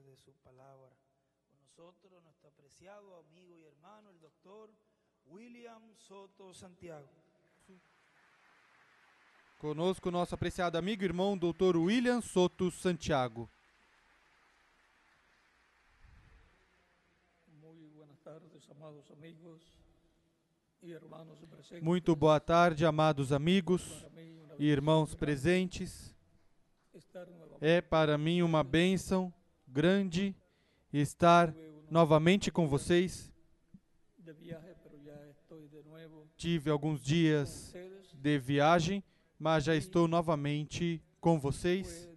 de su palabra. Con nosotros, nuestro apreciado amigo y hermano, el doctor William Soto Santiago. Conosco, nosso apreciado amigo e irmão, Dr. William Soto Santiago. Muito boa tarde, amados amigos e irmãos presentes. É para mim uma bênção grande estar novamente com vocês. Tive alguns dias de viagem, mas já estou novamente com vocês.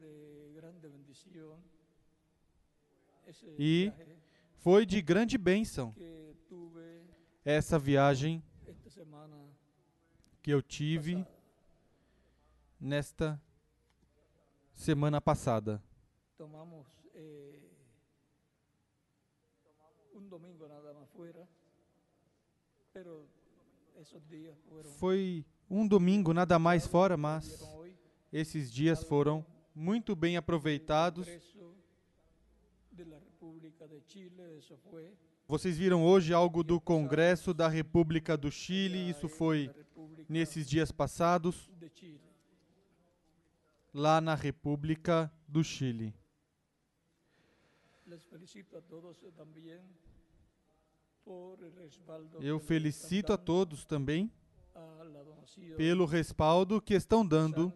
E foi de grande bênção essa viagem que eu tive nesta semana passada. Foi um domingo nada mais fora, mas esses dias foram muito bem aproveitados. Vocês viram hoje algo do Congresso da República do Chile, isso foi nesses dias passados, lá na República do Chile. Eu felicito a todos também pelo respaldo que estão dando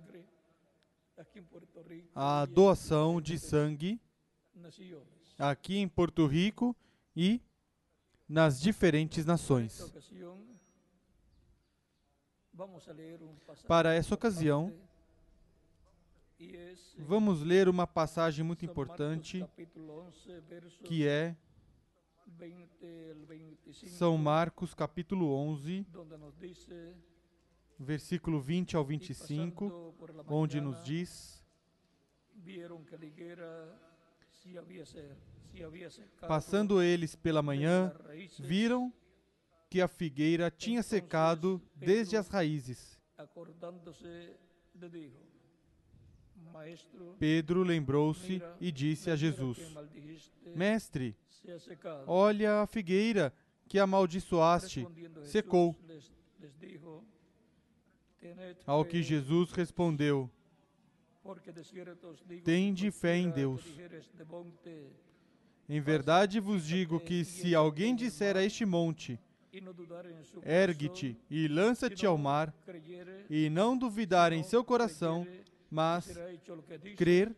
à doação de sangue aqui em Porto Rico e nas diferentes nações. Para essa ocasião, vamos ler uma passagem muito importante, que é São Marcos, capítulo 11, versículo 20 ao 25, onde nos diz: passando eles pela manhã, viram que a figueira tinha secado desde as raízes. Pedro lembrou-se e disse a Jesus: Mestre, olha a figueira que amaldiçoaste, secou. Ao que Jesus respondeu: tende fé em Deus. Em verdade vos digo que se alguém disser a este monte, ergue-te e lança-te ao mar, e não duvidar em seu coração, mas crer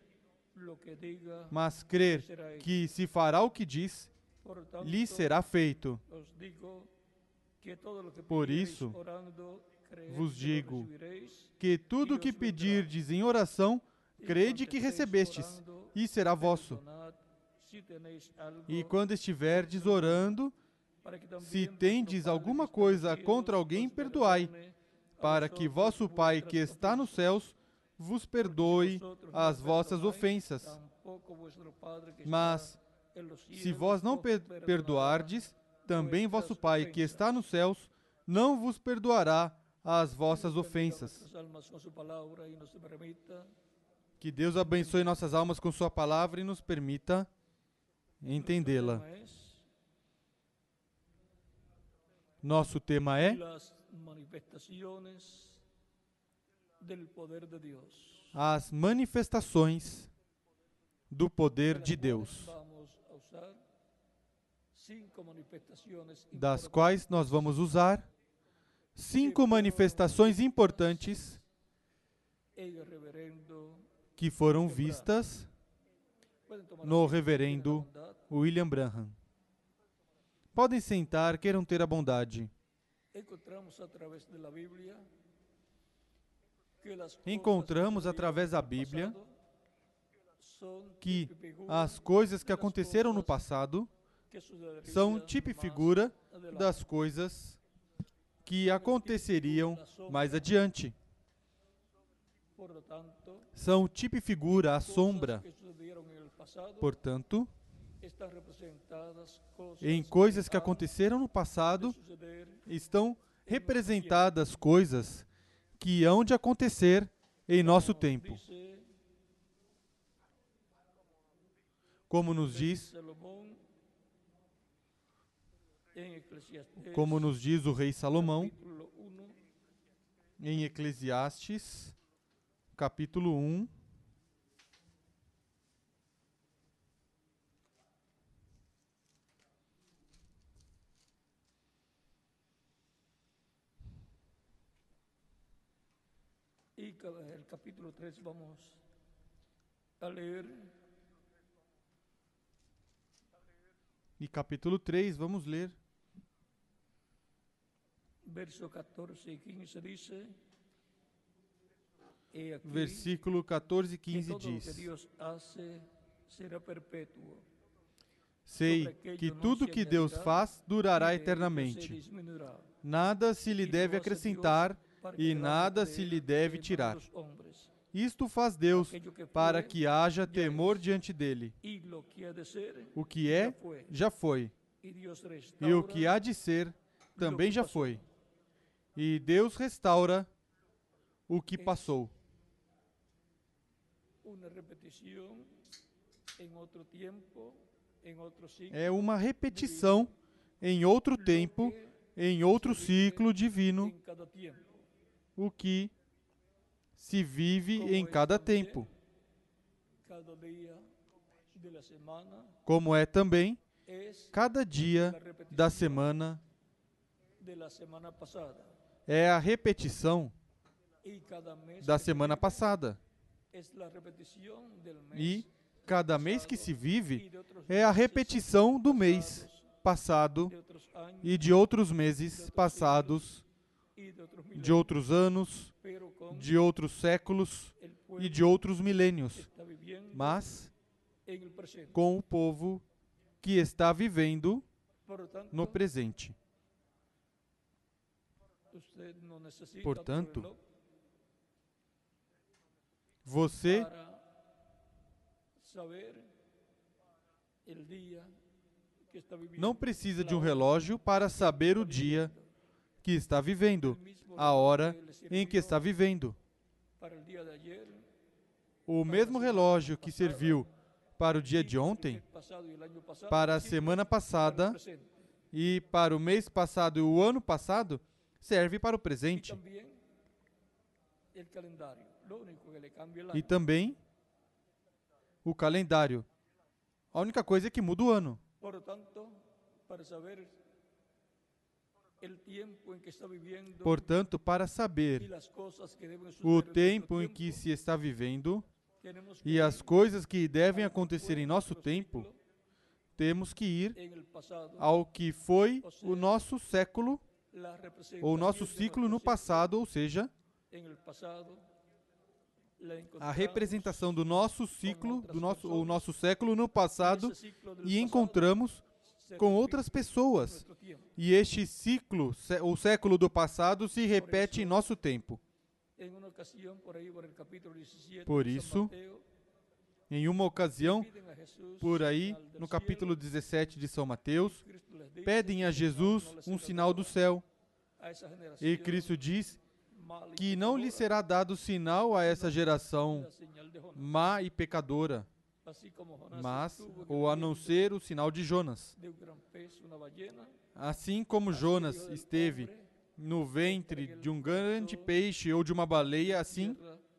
que se fará o que diz, lhe será feito. Por isso, vos digo que tudo o que pedirdes em oração, crede que recebestes, e será vosso. E quando estiverdes orando, se tendes alguma coisa contra alguém, perdoai, para que vosso Pai que está nos céus vos perdoe as vossas ofensas. Mas, se vós não perdoardes, também vosso Pai que está nos céus não vos perdoará as vossas ofensas. Que Deus abençoe nossas almas com sua palavra e nos permita entendê-la. Nosso tema é as manifestações do poder de Deus, das quais nós vamos usar 5 manifestações importantes que foram vistas no reverendo William Branham. Podem sentar, queiram ter a bondade. Encontramos através da Bíblia que as coisas que aconteceram no passado são tipo e figura das coisas que aconteceriam mais adiante. São tipo e figura, a sombra. Portanto, em coisas que aconteceram no passado, estão representadas coisas que hão de acontecer em nosso tempo. como nos diz o rei Salomão em Eclesiastes, capítulo 1, y el capítulo 3 vamos a leer. E capítulo 3, vamos ler. Verso 14 y 15 dice, versículo 14 e 15 diz: Sei que tudo que Deus faz durará eternamente. Nada se lhe deve acrescentar e nada se lhe deve tirar. Isto faz Deus para que haja temor diante dele. O que é, já foi. E o que há de ser, também já foi. E Deus restaura o que passou. É uma repetição em outro tempo, em outro ciclo divino, o que se vive em cada tempo. Como é também cada dia da semana, é a repetição da semana passada. E cada mês que se vive é a repetição do mês passado e de outros meses passados, de outros anos, de outros séculos e de outros milênios, mas com o povo que está vivendo no presente. Portanto, você não precisa de um relógio para saber o dia que está vivendo, a hora em que está vivendo. O mesmo relógio que serviu para o dia de ontem, para a semana passada e para o mês passado e o ano passado, serve para o presente. E também o calendário. A única coisa é que muda o ano. Portanto, para saber o tempo em que se está vivendo e as coisas que devem acontecer em nosso tempo, temos que ir ao que foi o nosso século, ou nosso ciclo no passado, ou seja, a representação do nosso ciclo, o nosso século no passado, e encontramos com outras pessoas. E este ciclo, o século do passado, se repete em nosso tempo. Por isso, em uma ocasião, por aí, no capítulo 17 de São Mateus, pedem a Jesus um sinal do céu. E Cristo diz que não lhe será dado sinal a essa geração má e pecadora, mas, ou a não ser o sinal de Jonas. Assim como Jonas esteve no ventre de um grande peixe ou de uma baleia, assim,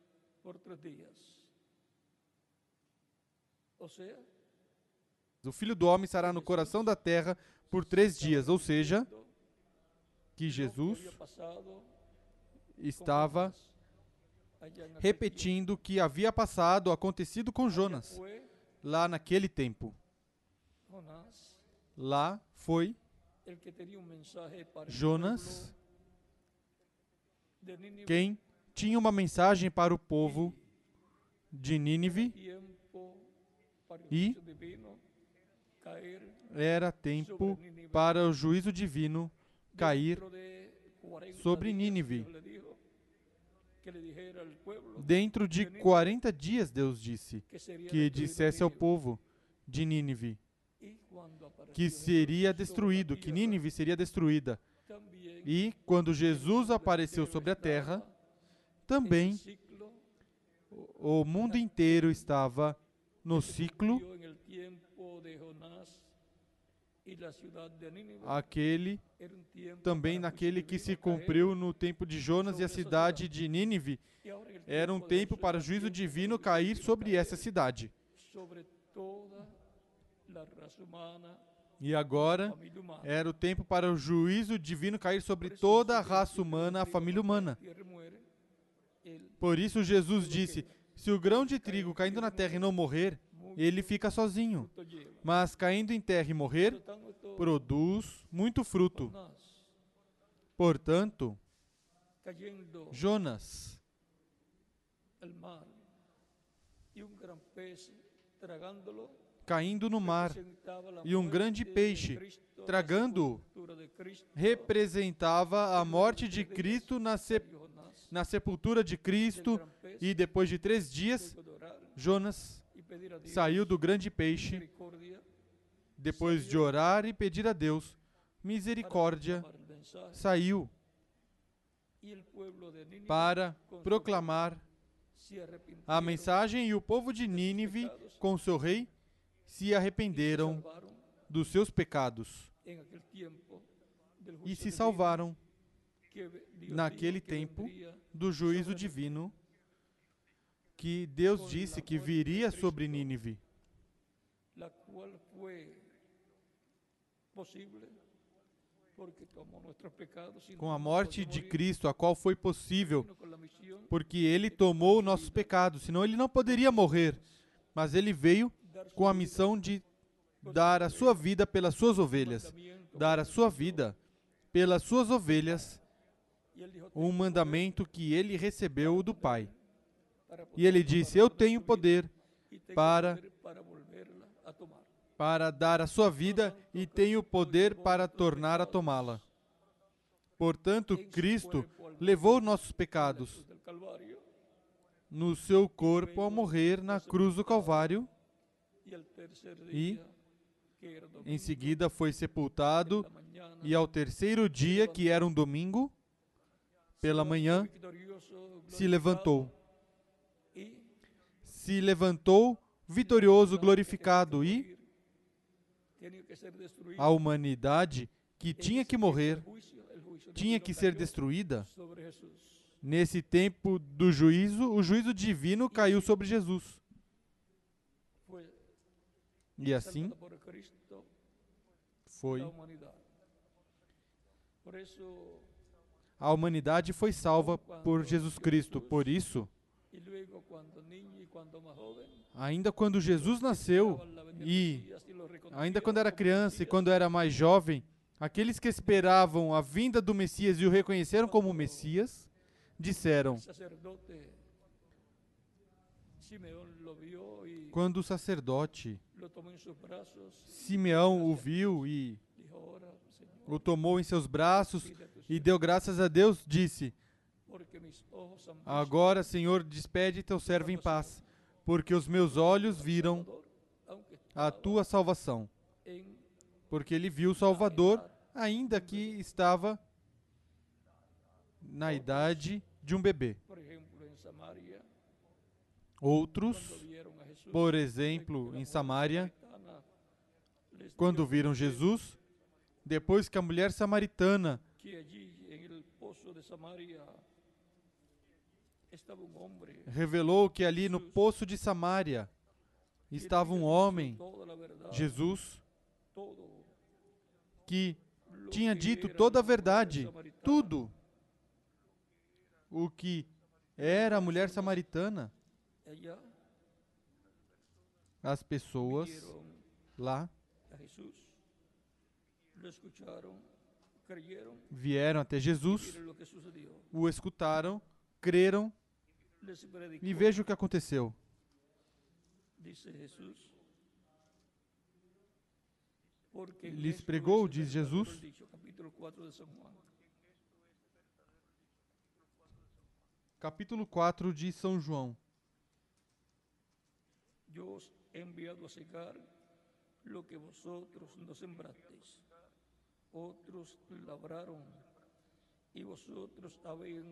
o Filho do Homem estará no coração da terra por 3 dias, ou seja, que Jesus estava repetindo o que havia passado, acontecido com Jonas, lá naquele tempo. Lá foi Jonas quem tinha uma mensagem para o povo de Nínive, e era tempo para o juízo divino cair sobre Nínive. Dentro de 40 dias, Deus disse que dissesse ao povo de Nínive que seria destruído, que Nínive seria destruída. E quando Jesus apareceu sobre a terra, também o mundo inteiro estava no ciclo aquele também naquele que se cumpriu no tempo de Jonas, e a cidade de Nínive era um tempo para o juízo divino cair sobre essa cidade. E agora era o tempo para o juízo divino cair sobre toda a raça humana, a família humana. Por isso Jesus disse: se o grão de trigo caindo na terra e não morrer, ele fica sozinho. Mas caindo em terra e morrer, produz muito fruto. Portanto, Jonas, caindo no mar, e um grande peixe tragando-o, representava a morte de Cristo na sepultura de Cristo, e depois de 3 dias, Jonas saiu do grande peixe, depois de orar e pedir a Deus misericórdia, saiu para proclamar a mensagem, e o povo de Nínive, com seu rei, se arrependeram dos seus pecados e se salvaram naquele tempo do juízo divino que Deus disse que viria sobre Nínive. Com a morte de Cristo, a qual foi possível, porque Ele tomou nossos pecados, senão Ele não poderia morrer, mas Ele veio com a missão de dar a sua vida pelas suas ovelhas, dar a sua vida pelas suas ovelhas, um mandamento que Ele recebeu do Pai. E Ele disse: eu tenho poder para dar a sua vida e tenho poder para tornar a tomá-la. Portanto, Cristo levou nossos pecados no seu corpo ao morrer na cruz do Calvário, e em seguida foi sepultado, e ao terceiro dia, que era um domingo, pela manhã, se levantou. Se levantou vitorioso, glorificado, e a humanidade que tinha que morrer, tinha que ser destruída. Nesse tempo do juízo, o juízo divino caiu sobre Jesus. E assim foi. A humanidade foi salva por Jesus Cristo. Por isso, ainda quando Jesus nasceu, e ainda quando era criança e quando era mais jovem, aqueles que esperavam a vinda do Messias e o reconheceram como Messias, disseram, quando o sacerdote Simeão o viu e o tomou em seus braços e deu graças a Deus, disse: agora, Senhor, despede teu servo em paz, porque os meus olhos viram a tua salvação. Porque ele viu o Salvador, ainda que estava na idade de um bebê. Outros, por exemplo, em Samaria, quando viram Jesus, depois que a mulher samaritana revelou que ali no poço de Samaria estava um homem, Jesus, que tinha dito toda a verdade, tudo o que era a mulher samaritana. As pessoas lá vieram até Jesus, o escutaram, creram, e veja o que aconteceu. Lhes pregou, diz Jesus, capítulo 4 de São João. Yo os he enviado a secar lo que vosotros no sembrasteis. Otros labraron, y vosotros habéis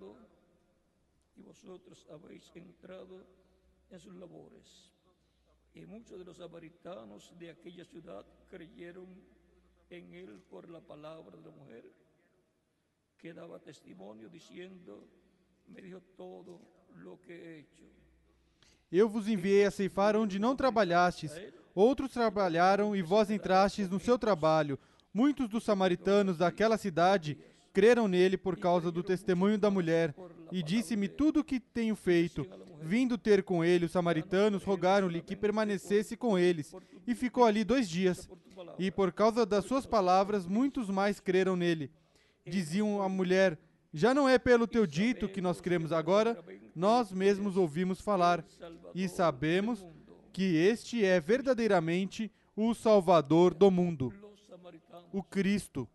entrado en sus labores. Y muchos de los samaritanos de aquella ciudad creyeron en él por la palabra de la mujer, que daba testimonio diciendo, me dijo todo lo que he hecho. Eu vos enviei a ceifar onde não trabalhastes. Outros trabalharam e vós entrastes no seu trabalho. Muitos dos samaritanos daquela cidade creram nele por causa do testemunho da mulher. E disse-me tudo o que tenho feito. Vindo ter com ele, os samaritanos rogaram-lhe que permanecesse com eles. E ficou ali 2 dias. E por causa das suas palavras, muitos mais creram nele. Diziam à mulher, já não é pelo teu dito que nós cremos agora, nós mesmos ouvimos falar. E sabemos que este é verdadeiramente o Salvador do mundo, o Cristo.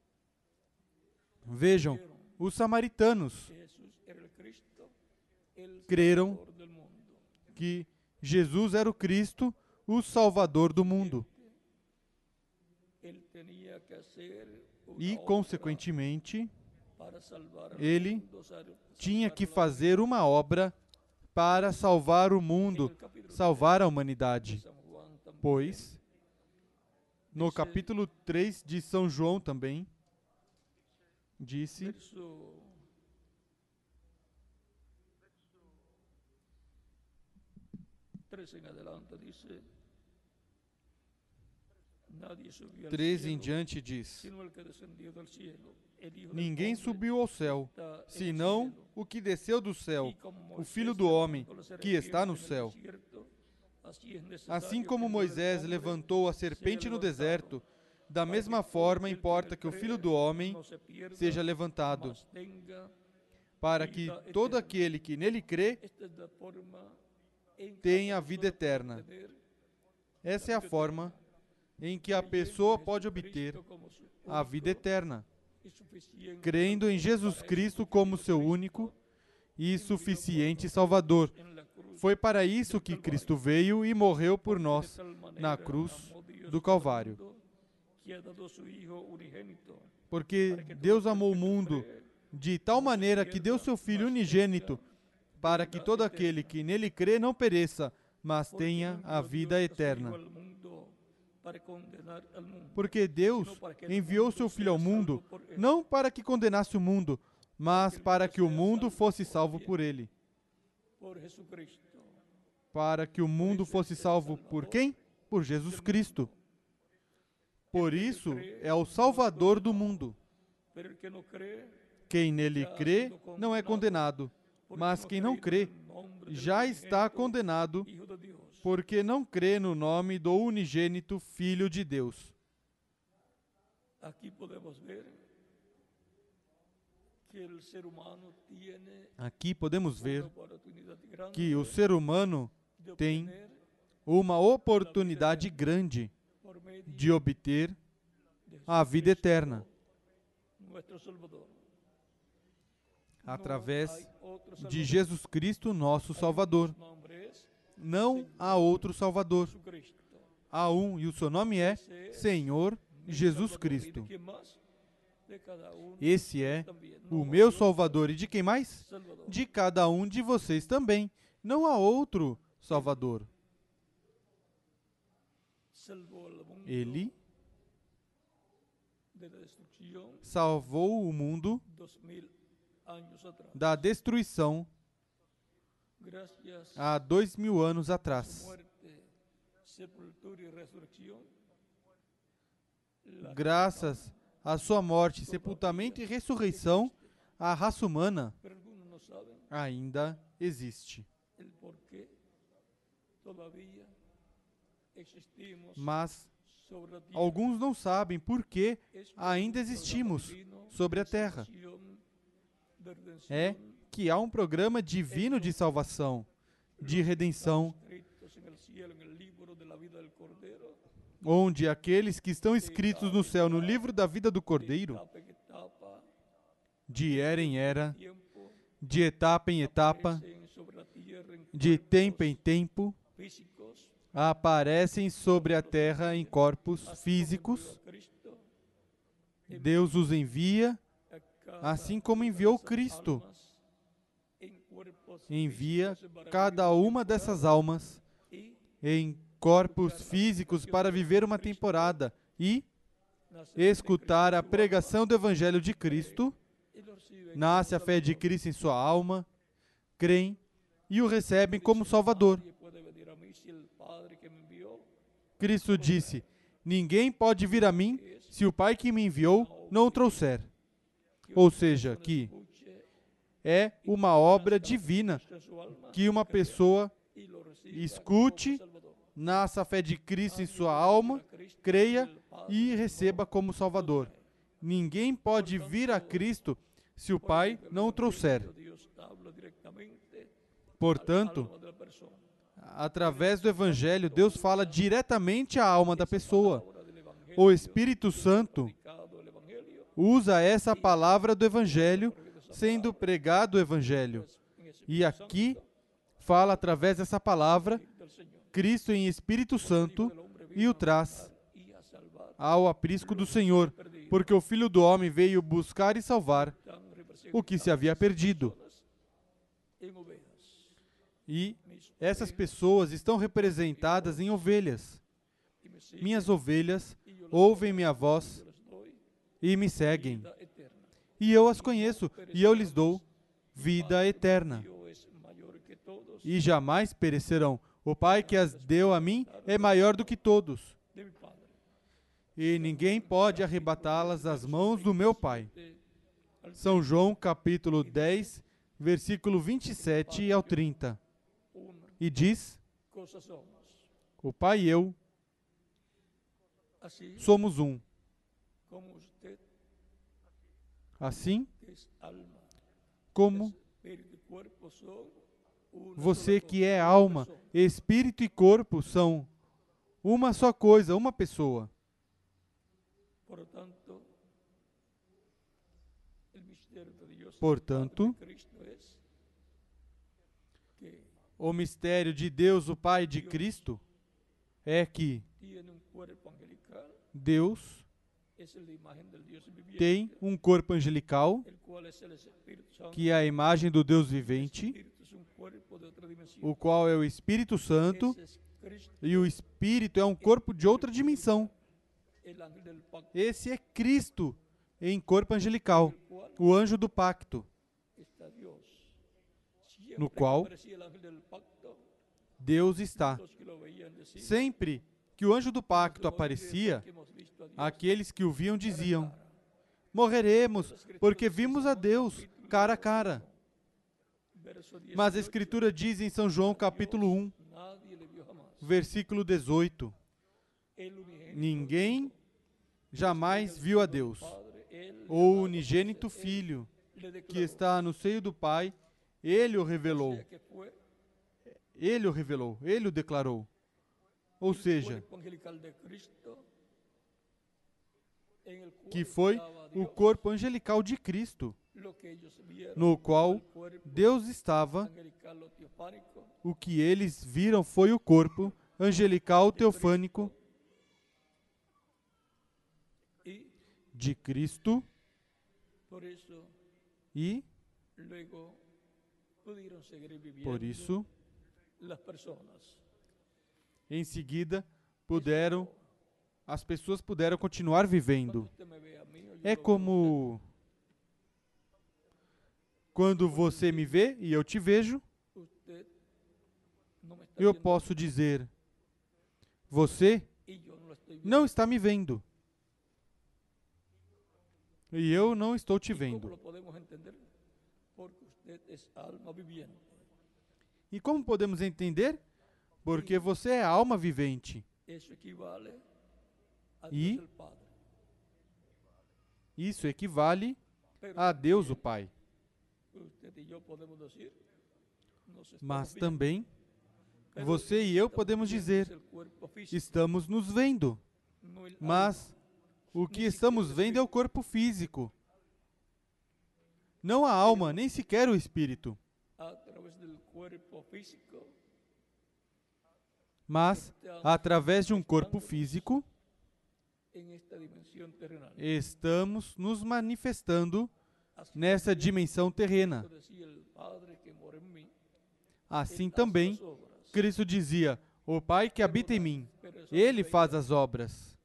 Vejam, os samaritanos creram que Jesus era o Cristo, o Salvador do mundo. E, consequentemente, ele tinha que fazer uma obra para salvar o mundo, salvar a humanidade. Pois, no capítulo 3 de São João também, disse, dice, 13 em diante diz, ninguém subiu ao céu, senão o que desceu do céu, o Filho do Homem, que está no céu. Assim como Moisés levantou a serpente no deserto, da mesma forma importa que o Filho do Homem seja levantado, para que todo aquele que nele crê tenha a vida eterna. Essa é a forma em que a pessoa pode obter a vida eterna, crendo em Jesus Cristo como seu único e suficiente Salvador. Foi para isso que Cristo veio e morreu por nós na cruz do Calvário. Porque Deus amou o mundo de tal maneira que deu seu Filho unigênito, para que todo aquele que nele crê não pereça, mas tenha a vida eterna. Porque Deus enviou seu Filho ao mundo, não para que condenasse o mundo, mas para que o mundo fosse salvo por ele. Para que o mundo fosse salvo por quem? Por Jesus Cristo. Por isso, é o Salvador do mundo. Quem nele crê não é condenado, mas quem não crê já está condenado, porque não crê no nome do unigênito Filho de Deus. Aqui podemos ver que o ser humano tem uma oportunidade grande de obter a vida eterna através de Jesus Cristo, nosso Salvador. Não há outro Salvador. Há um, e o seu nome é Senhor Jesus Cristo. Esse é o meu Salvador. E de quem mais? De cada um de vocês também. Não há outro Salvador. Ele salvou o mundo da destruição há 2000 anos atrás. Graças à sua morte, sepultamento e ressurreição, a raça humana ainda existe. Mas alguns não sabem por que ainda existimos sobre a Terra. É que há um programa divino de salvação, de redenção, onde aqueles que estão escritos no céu no livro da vida do Cordeiro, de era em era, de etapa em etapa, de tempo em tempo, aparecem sobre a terra em corpos físicos. Deus os envia, assim como enviou Cristo. Envia cada uma dessas almas em corpos físicos para viver uma temporada e escutar a pregação do Evangelho de Cristo, nasce a fé de Cristo em sua alma, creem e o recebem como Salvador. Cristo disse: ninguém pode vir a mim se o Pai que me enviou não o trouxer. Ou seja, que é uma obra divina que uma pessoa escute, nasça a fé de Cristo em sua alma, creia e receba como Salvador. Ninguém pode vir a Cristo se o Pai não o trouxer. Portanto, através do Evangelho, Deus fala diretamente à alma da pessoa. O Espírito Santo usa essa palavra do Evangelho, sendo pregado o Evangelho. E aqui fala através dessa palavra, Cristo em Espírito Santo, e o traz ao aprisco do Senhor, porque o Filho do Homem veio buscar e salvar o que se havia perdido. E essas pessoas estão representadas em ovelhas. Minhas ovelhas ouvem minha voz e me seguem. E eu as conheço, e eu lhes dou vida eterna. E jamais perecerão. O Pai que as deu a mim é maior do que todos. E ninguém pode arrebatá-las das mãos do meu Pai. São João, capítulo 10, versículo 27 ao 30. E diz: o Pai e eu somos um. Assim como você que é alma, espírito e corpo são uma só coisa, uma pessoa. Portanto, o mistério de Deus, o Pai de Cristo, é que Deus tem um corpo angelical, que é a imagem do Deus vivente, o qual é o Espírito Santo, e o Espírito é um corpo de outra dimensão. Esse é Cristo em corpo angelical, o anjo do pacto, no qual Deus está. Sempre que o anjo do pacto aparecia, aqueles que o viam diziam: morreremos, porque vimos a Deus cara a cara. Mas a Escritura diz em São João capítulo 1, versículo 18, ninguém jamais viu a Deus. O unigênito Filho, que está no seio do Pai, Ele o revelou. Ele o revelou, Ele o declarou. Ou seja, que foi o corpo angelical de Cristo, no qual Deus estava. O que eles viram foi o corpo angelical teofânico de Cristo, e por isso, em seguida, as pessoas puderam continuar vivendo. É como quando você me vê e eu te vejo, eu posso dizer: você não está me vendo. E eu não estou te vendo. E como podemos entender? Porque você é alma vivente. E isso equivale a Deus o Pai. Mas também, você e eu podemos dizer: estamos nos vendo. Mas o que estamos vendo é o corpo físico. Não a alma, nem sequer o espírito. Mas, através de um corpo físico, estamos nos manifestando nessa dimensão terrena. Assim também, Cristo dizia: O Pai que habita em mim, Ele faz as obras.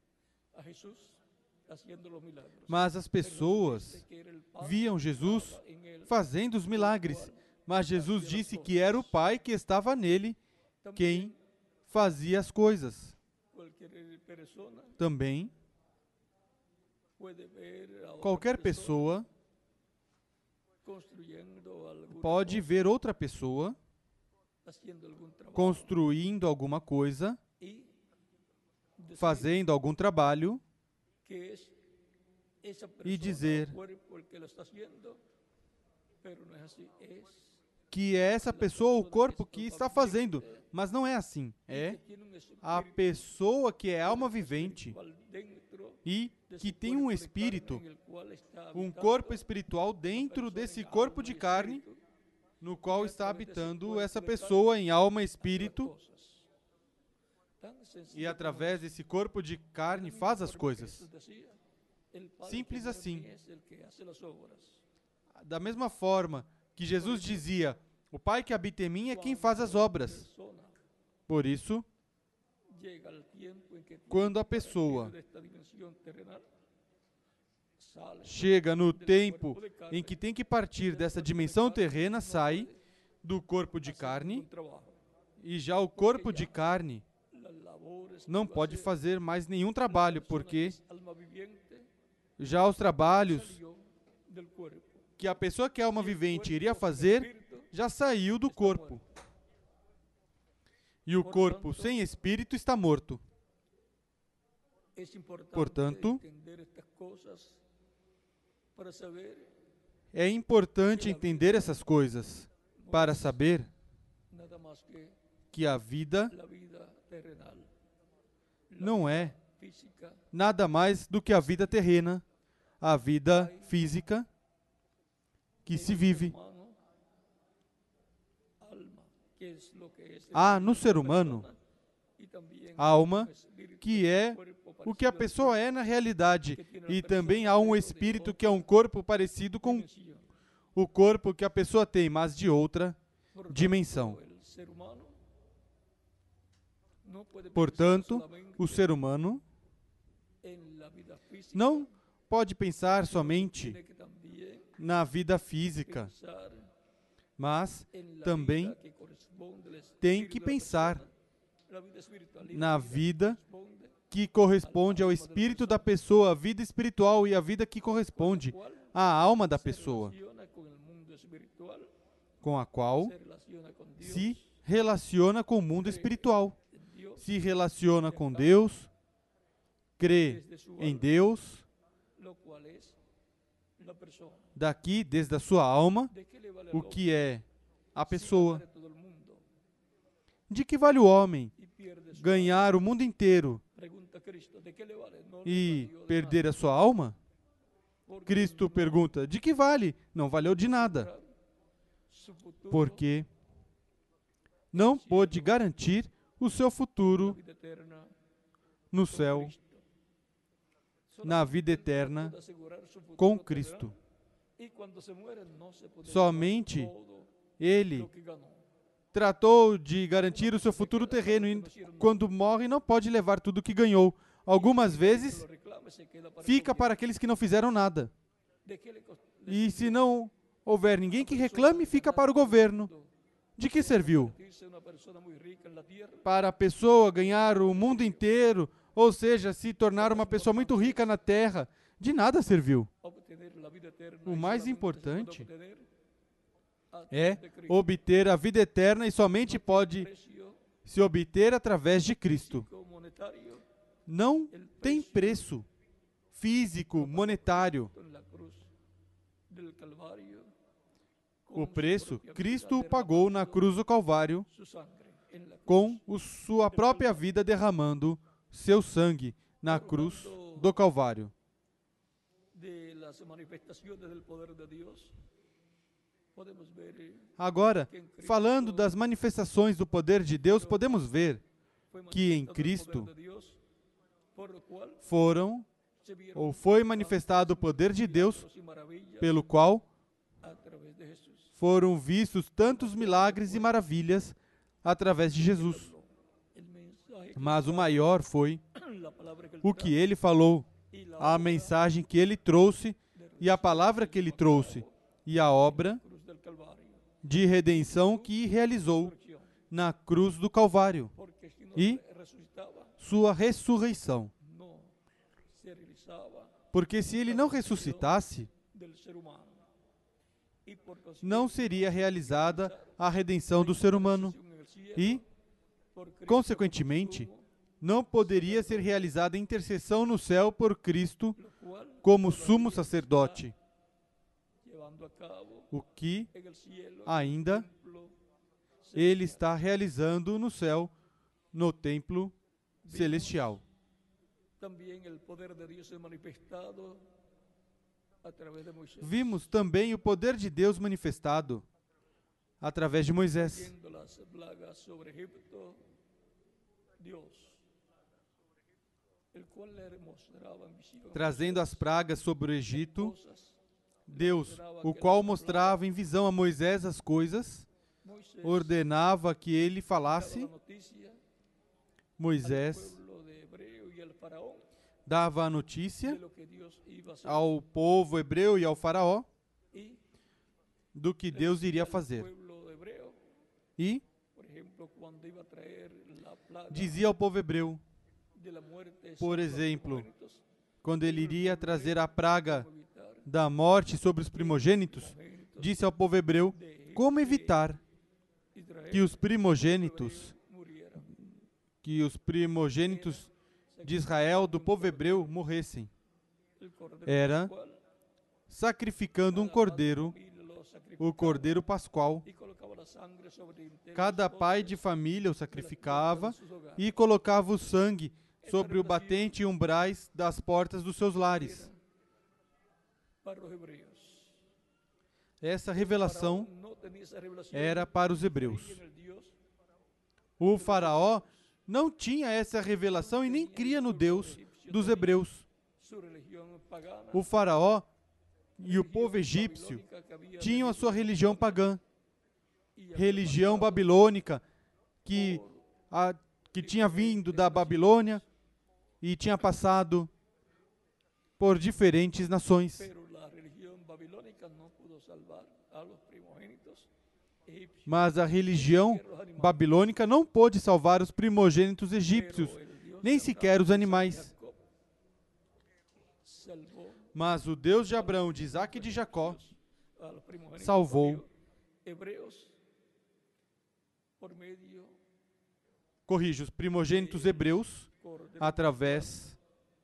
Mas as pessoas viam Jesus fazendo os milagres. Mas Jesus disse que era o Pai que estava nele quem fazia as coisas. Também, qualquer pessoa pode ver outra pessoa construindo alguma coisa, fazendo algum trabalho, e dizer que é essa pessoa o corpo que está fazendo. Mas não é assim. É a pessoa que é alma vivente e que tem um espírito, um corpo espiritual dentro desse corpo de carne, no qual está habitando essa pessoa em alma e espírito, e através desse corpo de carne faz as coisas. Simples assim. Da mesma forma que Jesus dizia, o Pai que habita em mim é quem faz as obras. Por isso, quando a pessoa chega no tempo em que tem que partir dessa dimensão terrena, sai do corpo de carne, e já o corpo de carne não pode fazer mais nenhum trabalho, porque já os trabalhos que a pessoa que é alma vivente iria fazer, já saiu do corpo. E o corpo sem espírito está morto. Portanto, é importante entender essas coisas para saber que a vida não é nada mais do que a vida terrena, a vida física que se vive. Há no ser humano a alma, que é o que a pessoa é na realidade, e também há um espírito que é um corpo parecido com o corpo que a pessoa tem, mas de outra dimensão. Portanto, o ser humano não pode pensar somente na vida física, mas também tem que pensar na vida que corresponde ao espírito da pessoa, a vida espiritual e a vida que corresponde à alma da pessoa, com a qual se relaciona com o mundo espiritual, se relaciona com Deus, crê em Deus. Daqui, desde a sua alma, o que é a pessoa? De que vale o homem ganhar o mundo inteiro e perder a sua alma? Cristo pergunta, de que vale? Não valeu de nada. Porque não pôde garantir o seu futuro no céu, na vida eterna, com Cristo. Somente Ele tratou de garantir o seu futuro terreno e quando morre não pode levar tudo o que ganhou. Algumas vezes fica para aqueles que não fizeram nada. E se não houver ninguém que reclame, fica para o governo. De que serviu? Para a pessoa ganhar o mundo inteiro, ou seja, se tornar uma pessoa muito rica na terra, de nada serviu. O mais importante é obter a vida eterna e somente pode se obter através de Cristo. Não tem preço físico, monetário. O preço, Cristo o pagou na cruz do Calvário, com sua própria vida derramando seu sangue na cruz do Calvário. Agora, falando das manifestações do poder de Deus, podemos ver que em Cristo foi manifestado o poder de Deus, pelo qual foram vistos tantos milagres e maravilhas através de Jesus. Mas o maior foi o que ele falou, a mensagem que ele trouxe e a palavra que ele trouxe e a obra de redenção que realizou na cruz do Calvário e sua ressurreição. Porque se ele não ressuscitasse, não seria realizada a redenção do ser humano e, consequentemente, não poderia ser realizada a intercessão no céu por Cristo como sumo sacerdote, o que ainda ele está realizando no céu, no templo celestial. Vimos também o poder de Deus manifestado através de Moisés, trazendo as pragas sobre o Egito. Deus, o qual mostrava em visão a Moisés as coisas, ordenava que ele falasse. Moisés dava a notícia ao povo hebreu e ao faraó do que Deus iria fazer. E dizia ao povo hebreu, por exemplo, quando ele iria trazer a praga da morte sobre os primogênitos, disse ao povo hebreu como evitar que os primogênitos de Israel, do povo hebreu, morressem. Era sacrificando um cordeiro, o cordeiro pascual. Cada pai de família o sacrificava e colocava o sangue sobre o batente e umbrais das portas dos seus lares. Essa revelação era para os hebreus. O faraó não tinha essa revelação e nem cria no Deus dos hebreus. O faraó e o povo egípcio tinham a sua religião pagã, religião babilônica, que tinha vindo da Babilônia e tinha passado por diferentes nações. Mas a religião babilônica não pôde salvar os primogênitos egípcios, nem sequer os animais. Mas o Deus de Abraão, de Isaque e de Jacó salvou, os primogênitos hebreus através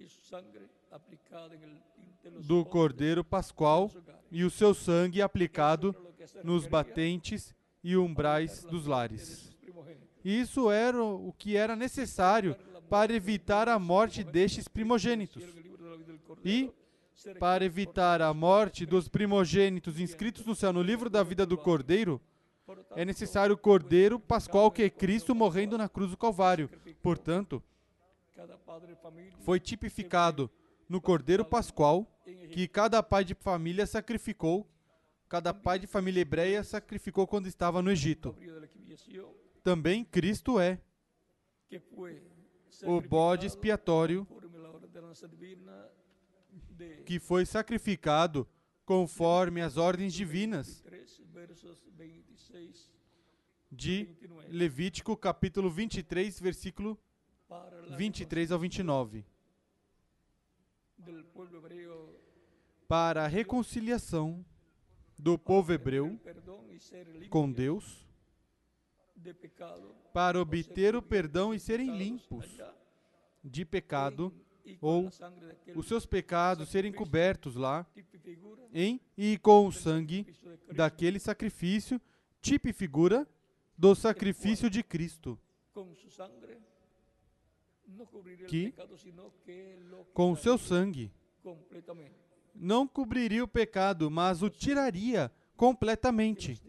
do cordeiro pascual e o seu sangue aplicado nos batentes e umbrais dos lares. Isso era o que era necessário para evitar a morte destes primogênitos. E, para evitar a morte dos primogênitos inscritos no céu no livro da vida do Cordeiro, é necessário o Cordeiro Pascual, que é Cristo morrendo na cruz do Calvário. Portanto, foi tipificado no Cordeiro Pascual que cada pai de família sacrificou, cada pai de família hebreia sacrificou quando estava no Egito. Também Cristo é o bode expiatório que foi sacrificado conforme as ordens divinas de Levítico capítulo 23, versículo 23 ao 29. Para a reconciliação do povo hebreu com Deus, para obter o perdão e serem limpos de pecado, ou os seus pecados serem cobertos lá, e com o sangue daquele sacrifício, tipo e figura do sacrifício de Cristo, que, com o seu sangue, não cobriria o pecado, mas o tiraria completamente.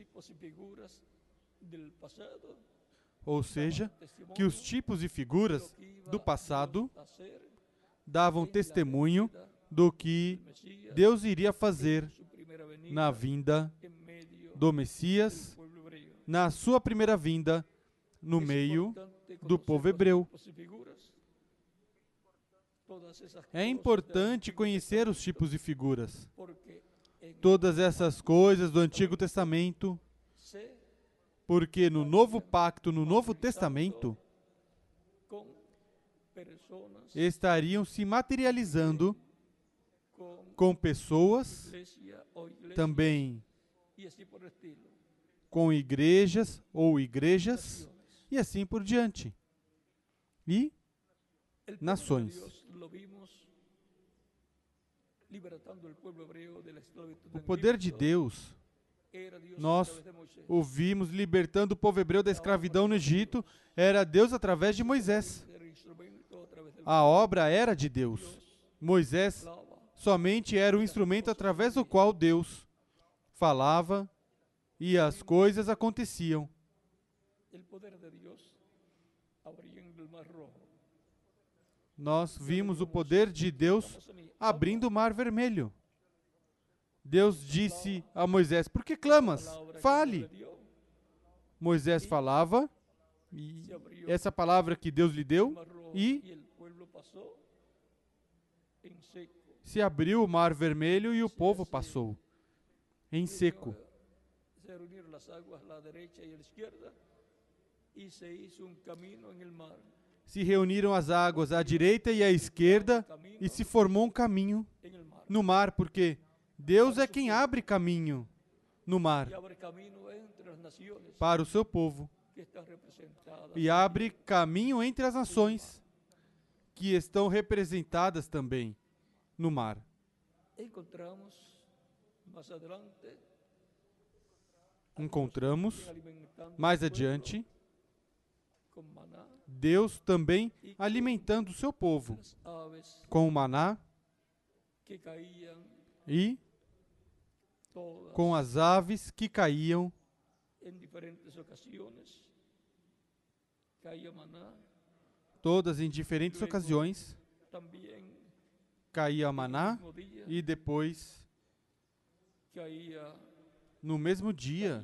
Ou seja, que os tipos e figuras do passado davam testemunho do que Deus iria fazer na vinda do Messias, na sua primeira vinda, no meio do povo hebreu. É importante conhecer os tipos de figuras. Todas essas coisas do Antigo Testamento, porque no Novo Pacto, no Novo Testamento, estariam se materializando com pessoas, também com igrejas ou igrejas, e assim por diante. E nações. O poder de Deus, nós o vimos libertando o povo hebreu da escravidão no Egito, era Deus através de Moisés. A obra era de Deus. Moisés somente era o instrumento através do qual Deus falava e as coisas aconteciam. Nós vimos o poder de Deus abrindo o Mar Vermelho. Deus disse a Moisés: por que clamas? Fale. Moisés falava, e essa palavra que Deus lhe deu, e se abriu o Mar Vermelho e o povo passou em seco. Se reuniram as águas à direita e à esquerda e se formou um caminho no mar, porque Deus é quem abre caminho no mar para o seu povo e abre caminho entre as nações que estão representadas também no mar. Encontramos mais adiante Deus também alimentando o seu povo com o maná e com as aves que caíam todas em diferentes ocasiões. Caía maná e depois, no mesmo dia,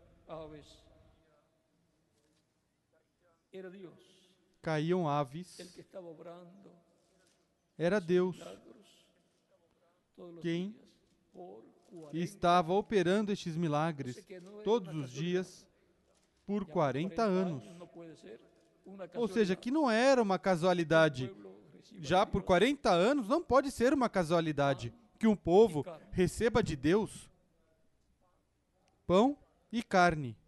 caíam aves. Era Deus quem estava operando estes milagres todos os dias por 40 anos. Ou seja, que não era uma casualidade. Já por 40 anos não pode ser uma casualidade que um povo receba de Deus pão e carne.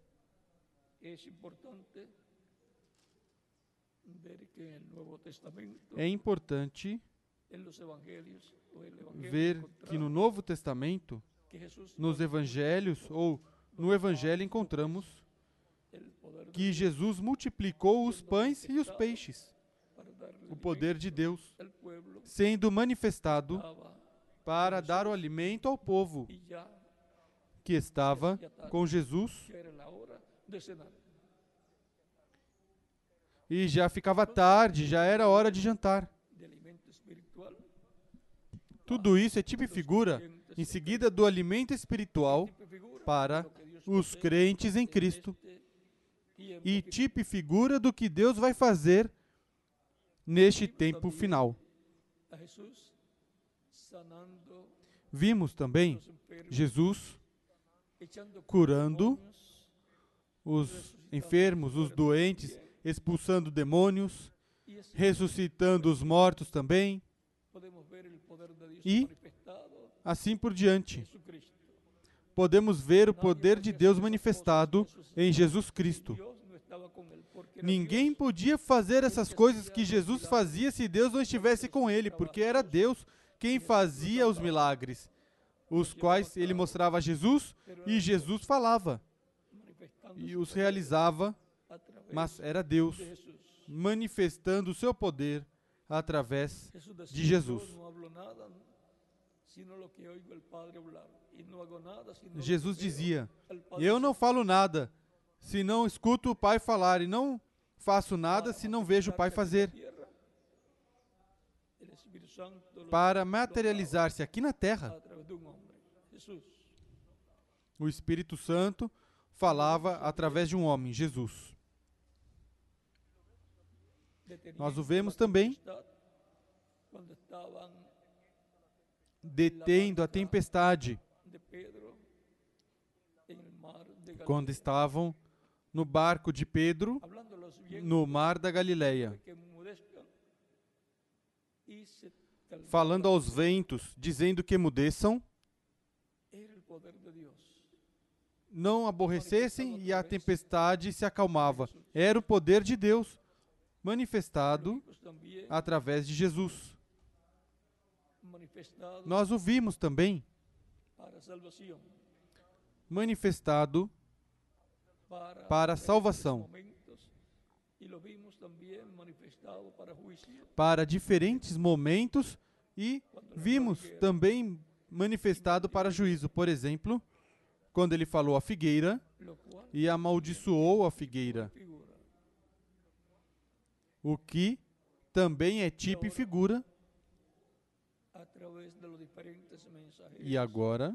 É importante ver que no Novo Testamento, nos Evangelhos ou no Evangelho encontramos que Jesus multiplicou os pães e os peixes. O poder de Deus sendo manifestado para dar o alimento ao povo que estava com Jesus. E já ficava tarde, já era hora de jantar. Tudo isso é tipo e figura, em seguida, do alimento espiritual para os crentes em Cristo. E tipo e figura do que Deus vai fazer neste tempo final. Vimos também Jesus curando os enfermos, os doentes, expulsando demônios, ressuscitando os mortos também, e assim por diante. Podemos ver o poder de Deus manifestado em Jesus Cristo. Ninguém podia fazer essas coisas que Jesus fazia se Deus não estivesse com ele, porque era Deus quem fazia os milagres, os quais ele mostrava a Jesus e Jesus falava e os realizava, mas era Deus manifestando o seu poder através de Jesus. Jesus dizia: eu não falo nada se não escuto o Pai falar, e não faço nada se não vejo o Pai fazer. Para materializar-se aqui na terra, o Espírito Santo falava através de um homem, Jesus. Nós o vemos também detendo a tempestade quando estavam no barco de Pedro no mar da Galileia, falando aos ventos, dizendo que emudeçam, não aborrecessem, e a tempestade se acalmava. Era o poder de Deus manifestado através de Jesus. Nós o vimos também manifestado para a salvação, para diferentes momentos, e vimos também manifestado para juízo. Por exemplo, quando ele falou a figueira e amaldiçoou a figueira, o que também é tipo e figura. E agora,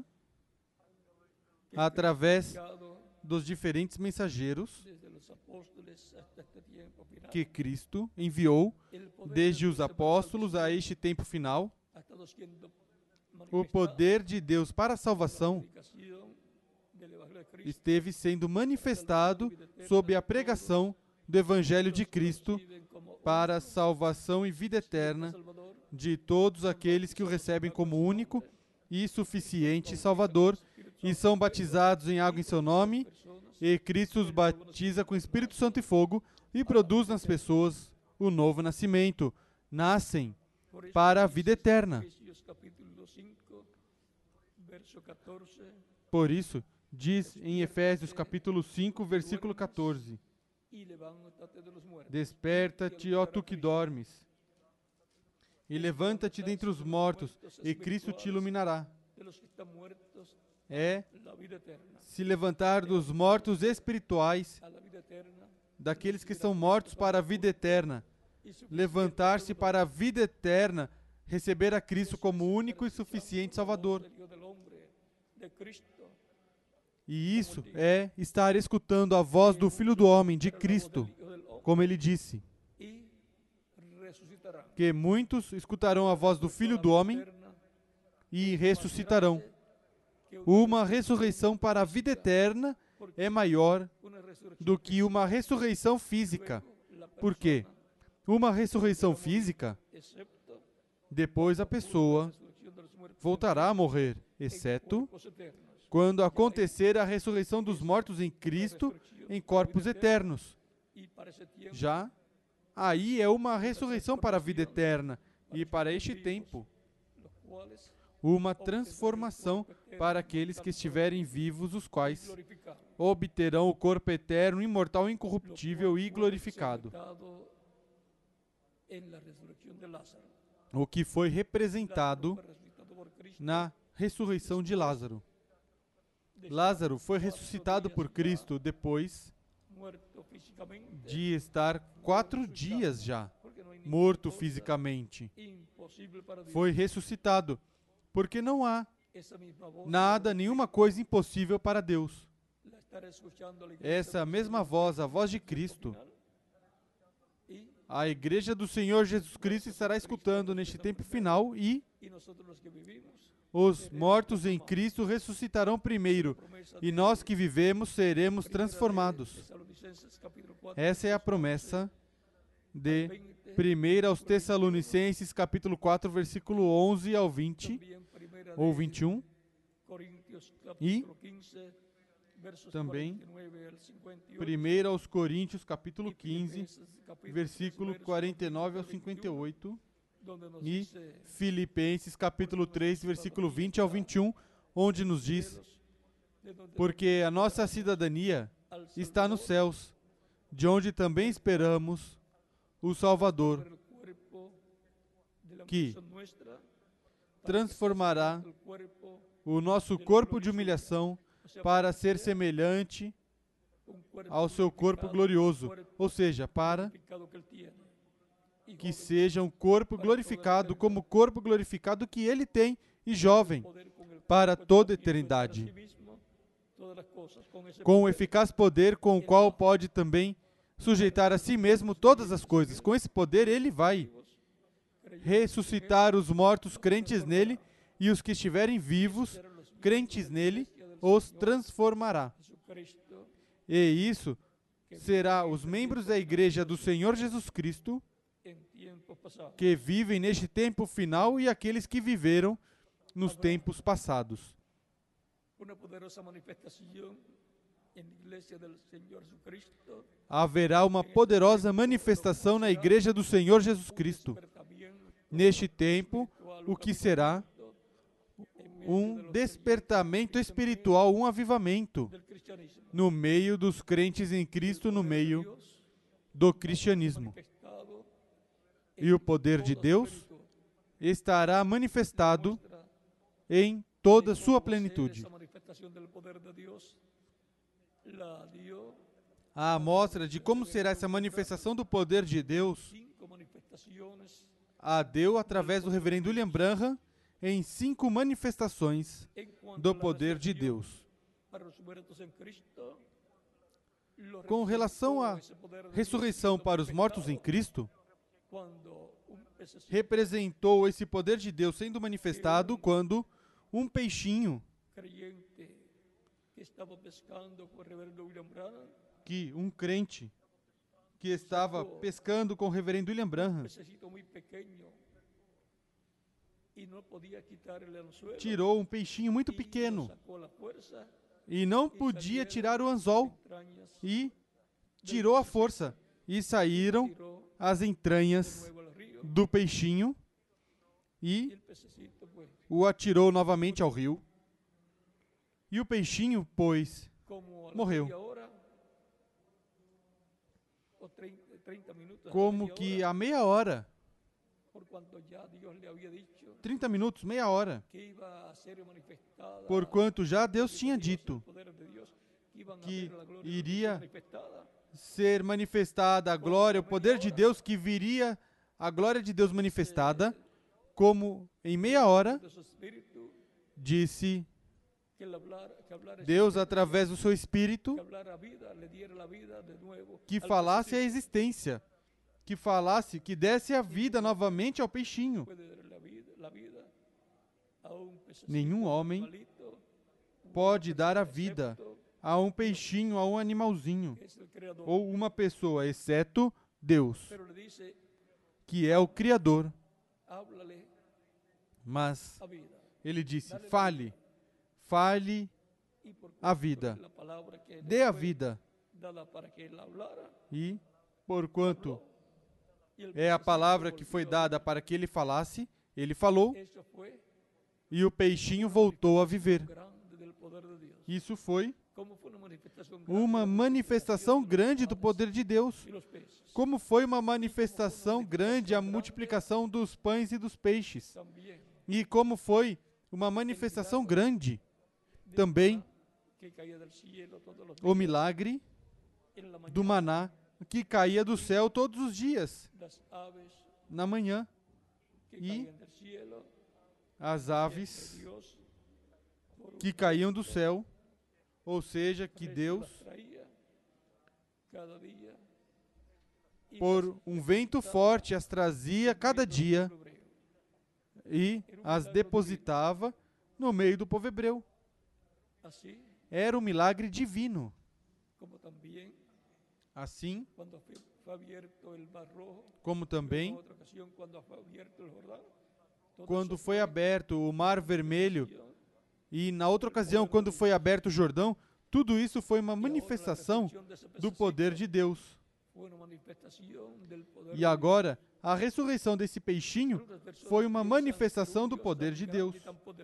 através dos diferentes mensageiros que Cristo enviou, desde os apóstolos a este tempo final, o poder de Deus para a salvação esteve sendo manifestado sob a pregação do Evangelho de Cristo para a salvação e vida eterna de todos aqueles que o recebem como único e suficiente Salvador e são batizados em água em seu nome, e Cristo os batiza com Espírito Santo e fogo e produz nas pessoas o novo nascimento. Nascem para a vida eterna. Por isso, diz em Efésios capítulo 5, versículo 14: Desperta-te, ó tu que dormes, e levanta-te dentre os mortos, e Cristo te iluminará. É se levantar dos mortos espirituais, daqueles que são mortos para a vida eterna, levantar-se para a vida eterna, receber a Cristo como único e suficiente Salvador. E isso é estar escutando a voz do Filho do Homem, de Cristo, como ele disse, que muitos escutarão a voz do Filho do Homem e ressuscitarão. Uma ressurreição para a vida eterna é maior do que uma ressurreição física. Por quê? Uma ressurreição física, depois a pessoa voltará a morrer, exceto quando acontecer a ressurreição dos mortos em Cristo em corpos eternos. Já aí é uma ressurreição para a vida eterna, e para este tempo, uma transformação para aqueles que estiverem vivos, os quais obterão o corpo eterno, imortal, incorruptível e glorificado. O que foi representado na ressurreição de Lázaro. Lázaro foi ressuscitado por Cristo depois de estar 4 dias já morto fisicamente. Foi ressuscitado, porque não há nada, nenhuma coisa impossível para Deus. Essa mesma voz, a voz de Cristo, a igreja do Senhor Jesus Cristo estará escutando neste tempo final, e os mortos em Cristo ressuscitarão primeiro, e nós que vivemos seremos transformados. Essa é a promessa de 1 aos Tessalonicenses, capítulo 4, versículo 11 ao 20, ou 21, e também 1 aos Coríntios, capítulo 15, versículo 49 ao 58, e Filipenses, capítulo 3, versículo 20 ao 21, onde nos diz: porque a nossa cidadania está nos céus, de onde também esperamos o Salvador, que transformará o nosso corpo de humilhação para ser semelhante ao seu corpo glorioso, ou seja, para que seja um corpo glorificado como o corpo glorificado que ele tem, e jovem, para toda a eternidade, com o eficaz poder com o qual pode também sujeitar a si mesmo todas as coisas. Com esse poder, ele vai ressuscitar os mortos crentes nele, e os que estiverem vivos, crentes nele, os transformará. E isso será os membros da igreja do Senhor Jesus Cristo, que vivem neste tempo final, e aqueles que viveram nos tempos passados. Haverá uma poderosa manifestação na igreja do Senhor Jesus Cristo. Neste tempo, o que será um despertamento espiritual, um avivamento no meio dos crentes em Cristo, no meio do cristianismo. E o poder de Deus estará manifestado em toda a sua plenitude. A amostra de como será essa manifestação do poder de Deus a deu através do reverendo William Branham em 5 manifestações do poder de Deus. Com relação à ressurreição para os mortos em Cristo, representou esse poder de Deus sendo manifestado quando um peixinho que um crente que estava pescando com o reverendo William Branham tirou um peixinho muito pequeno e não podia tirar o anzol, e tirou a força, e saíram as entranhas do peixinho e o atirou novamente ao rio. E o peixinho, pois, morreu. Como que a meia hora, 30 minutos, meia hora, porquanto já Deus tinha dito que iria ser manifestada a glória, o poder de Deus, que viria a glória de Deus manifestada, como em meia hora, disse Deus através do seu Espírito, que falasse a existência, que falasse, que desse a vida novamente ao peixinho. Nenhum homem pode dar a vida a um peixinho, a um animalzinho, ou uma pessoa, exceto Deus, que é o Criador. Mas ele disse, fale a vida, dê a vida. E, porquanto é a palavra que foi dada para que ele falasse, ele falou, e o peixinho voltou a viver. Isso foi uma manifestação grande do poder de Deus. Como foi uma manifestação grande a multiplicação dos pães e dos peixes. E como foi uma manifestação grande também o milagre do maná que caía do céu todos os dias, na manhã, e as aves que caíam do céu, ou seja, que Deus, por um vento forte, as trazia cada dia e as depositava no meio do povo hebreu. Era um milagre divino. Assim, como também, quando foi aberto o Mar Vermelho, e na outra ocasião, quando foi aberto o Jordão, tudo isso foi uma manifestação do poder de Deus. E agora, a ressurreição desse peixinho foi uma manifestação do poder de Deus.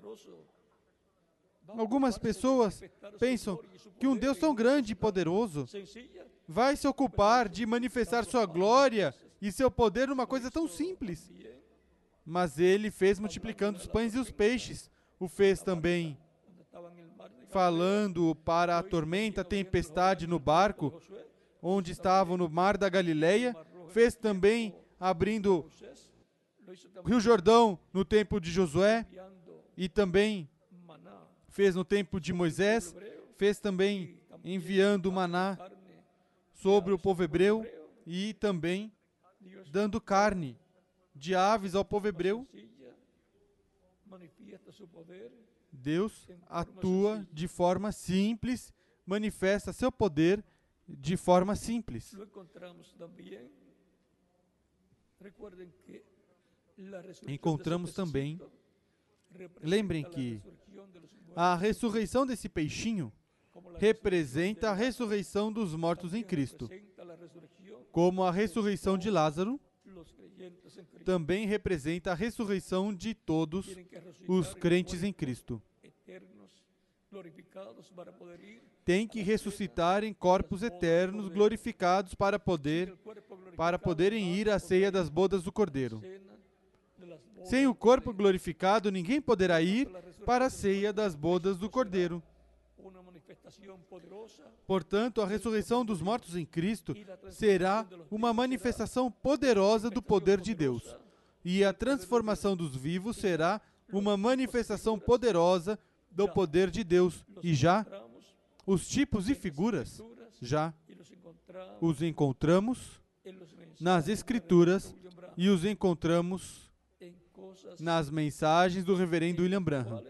Algumas pessoas pensam que um Deus tão grande e poderoso vai se ocupar de manifestar sua glória e seu poder numa coisa tão simples. Mas ele fez multiplicando os pães e os peixes. O fez também falando para a tormenta, a tempestade no barco, onde estavam no mar da Galileia. Fez também abrindo o Rio Jordão no tempo de Josué. E também fez no tempo de Moisés. Fez também enviando o maná sobre o povo hebreu e também dando carne de aves ao povo hebreu, Deus atua de forma simples, manifesta seu poder de forma simples. Encontramos também, lembrem que a ressurreição desse peixinho representa a ressurreição dos mortos em Cristo, como a ressurreição de Lázaro também representa a ressurreição de todos os crentes em Cristo. Tem que ressuscitar em corpos eternos, glorificados para poderem ir à ceia das bodas do Cordeiro. Sem o corpo glorificado, ninguém poderá ir para a ceia das bodas do Cordeiro. Portanto, a ressurreição dos mortos em Cristo será uma manifestação poderosa do poder de Deus. E a transformação dos vivos será uma manifestação poderosa do poder de Deus. E já os tipos e figuras, já os encontramos nas Escrituras e os encontramos nas mensagens do reverendo William Branham,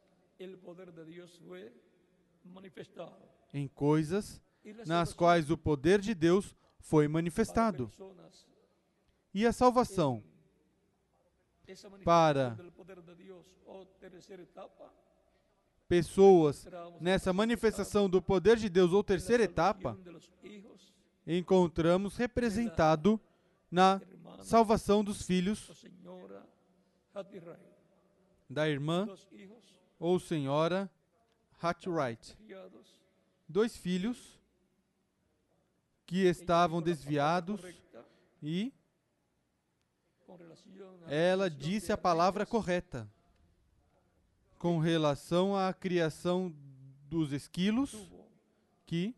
em coisas nas quais o poder de Deus foi manifestado. E a salvação para pessoas nessa manifestação do poder de Deus ou terceira etapa, encontramos representado na salvação dos filhos da irmã ou senhora Hatwright. 2 filhos que estavam desviados e ela disse a palavra correta com relação à criação dos esquilos que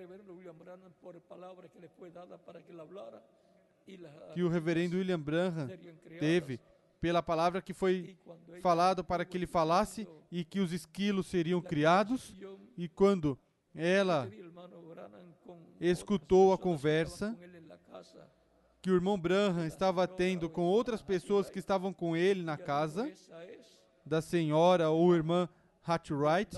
o reverendo William Branham teve pela palavra que foi falado para que ele falasse e que os esquilos seriam criados. E quando ela escutou a conversa que o irmão Branham estava tendo com outras pessoas que estavam com ele na casa, da senhora ou irmã Hatwright,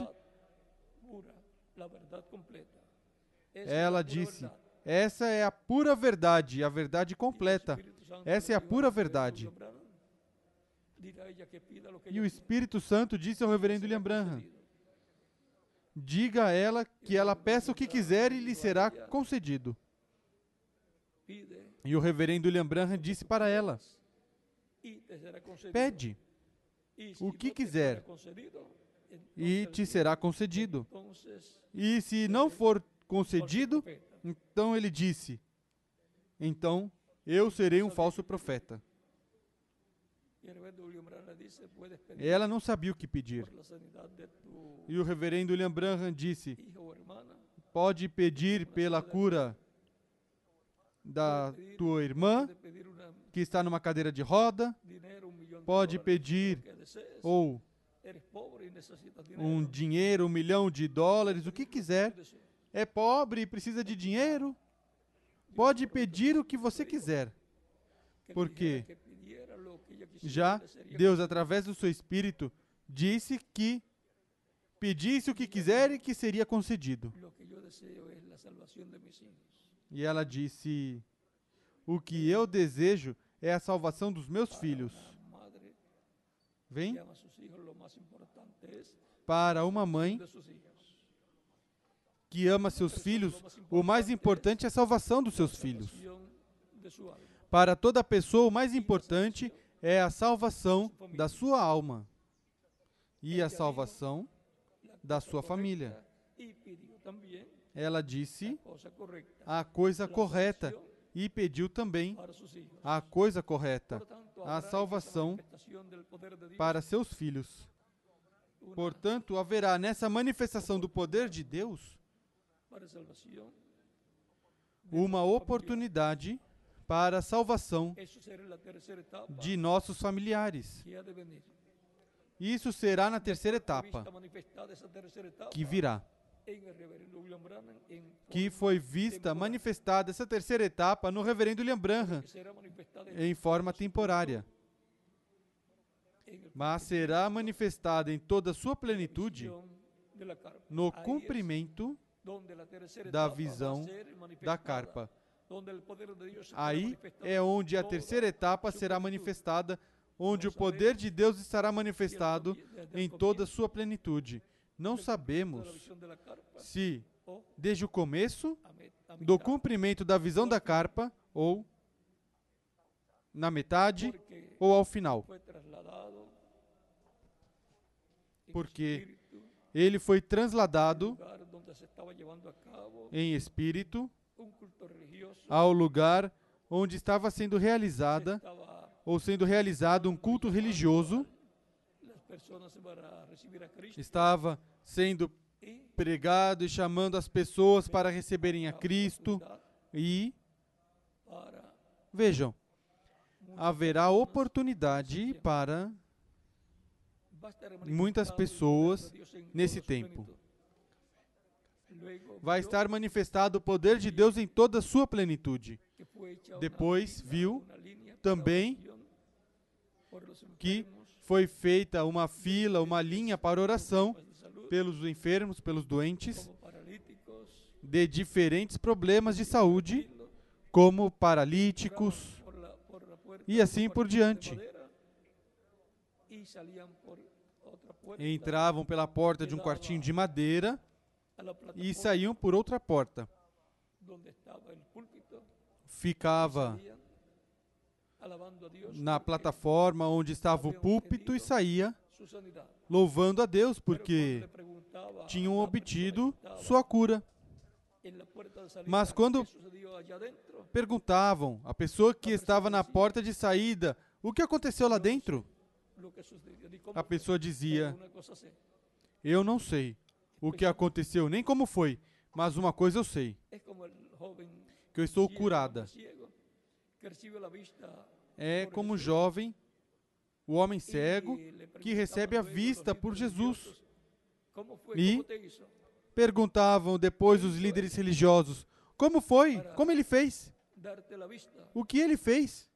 ela disse: essa é a pura verdade, a verdade completa. Essa é a pura verdade. E o Espírito Santo disse ao reverendo William Branham: diga a ela que ela peça o que quiser e lhe será concedido. E o reverendo William Branham disse para ela: pede o que quiser e te será concedido. E se não for concedido, então ele disse: então eu serei um falso profeta. Ela não sabia o que pedir. E o reverendo William Branham disse: pode pedir pela cura da tua irmã, que está numa cadeira de roda, pode pedir ou um dinheiro, $1 milhão, o que quiser. É pobre e precisa de dinheiro, pode pedir o que você quiser, porque já Deus, através do seu Espírito, disse que pedisse o que quiser e que seria concedido. E ela disse: o que eu desejo é a salvação dos meus filhos. Vem? Para uma mãe que ama seus filhos, o mais importante é a salvação dos seus filhos. Para toda pessoa, o mais importante é a salvação da sua alma e a salvação da sua família. Ela disse a coisa correta e pediu também a coisa correta, a salvação para seus filhos. Portanto, haverá nessa manifestação do poder de Deus uma oportunidade para a salvação de nossos familiares. Isso será na terceira etapa que virá. que foi vista, manifestada essa terceira etapa no reverendo William Branham, em forma temporária. Mas será manifestada em toda a sua plenitude no cumprimento da visão da carpa. Aí é onde a terceira etapa será manifestada, onde o poder de Deus estará manifestado em toda a sua plenitude. Não sabemos se desde o começo do cumprimento da visão da carpa, ou na metade, ou ao final. Porque ele foi transladado em espírito ao lugar onde estava sendo realizada ou sendo realizado um culto religioso, estava sendo pregado e chamando as pessoas para receberem a Cristo e, vejam, haverá oportunidade para muitas pessoas nesse tempo. Vai estar manifestado o poder de Deus em toda a sua plenitude. Depois viu também que foi feita uma fila, uma linha para oração pelos enfermos, pelos doentes, de diferentes problemas de saúde, como paralíticos e assim por diante. Entravam pela porta de um quartinho de madeira e saíam por outra porta. Ficava na plataforma onde estava o púlpito e saía louvando a Deus, porque tinham obtido sua cura. Mas quando perguntavam à pessoa que estava na porta de saída, o que aconteceu lá dentro? A pessoa dizia, eu não sei o que aconteceu, nem como foi, mas uma coisa eu sei, que eu estou curada. É como o jovem, o homem cego, que recebe a vista por Jesus. E perguntavam depois os líderes religiosos, como foi? Como ele fez? O que ele fez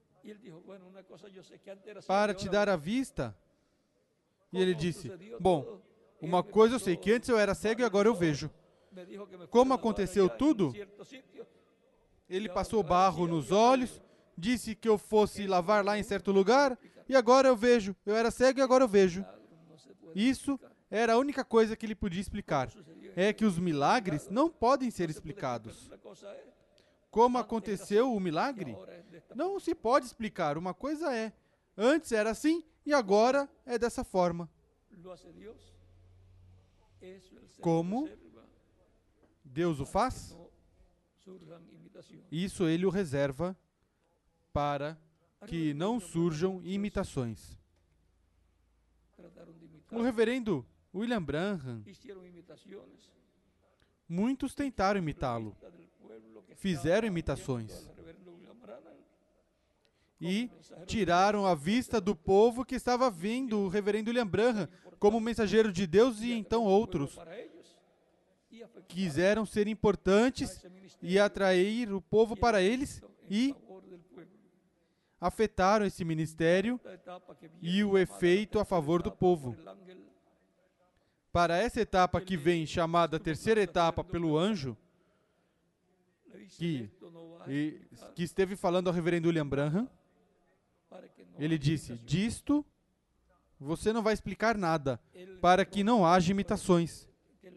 para te dar a vista? E ele disse, bom, uma coisa eu sei, que antes eu era cego e agora eu vejo. Como aconteceu tudo, ele passou barro nos olhos, disse que eu fosse lavar lá em certo lugar, e agora eu vejo. Eu era cego e agora eu vejo. Isso era a única coisa que ele podia explicar. É que os milagres não podem ser explicados. Como aconteceu o milagre? Não se pode explicar. Uma coisa é, antes era assim e agora é dessa forma. Como Deus o faz? Isso ele o reserva para que não surjam imitações. O reverendo William Branham, muitos tentaram imitá-lo, fizeram imitações e tiraram a vista do povo que estava vendo o reverendo William Branham como mensageiro de Deus, e então outros quiseram ser importantes e atrair o povo para eles e afetaram esse ministério e o efeito a favor do povo. Para essa etapa que vem, chamada terceira etapa pelo anjo, que esteve falando ao reverendo William Branham, ele disse, disto você não vai explicar nada, para que não haja imitações.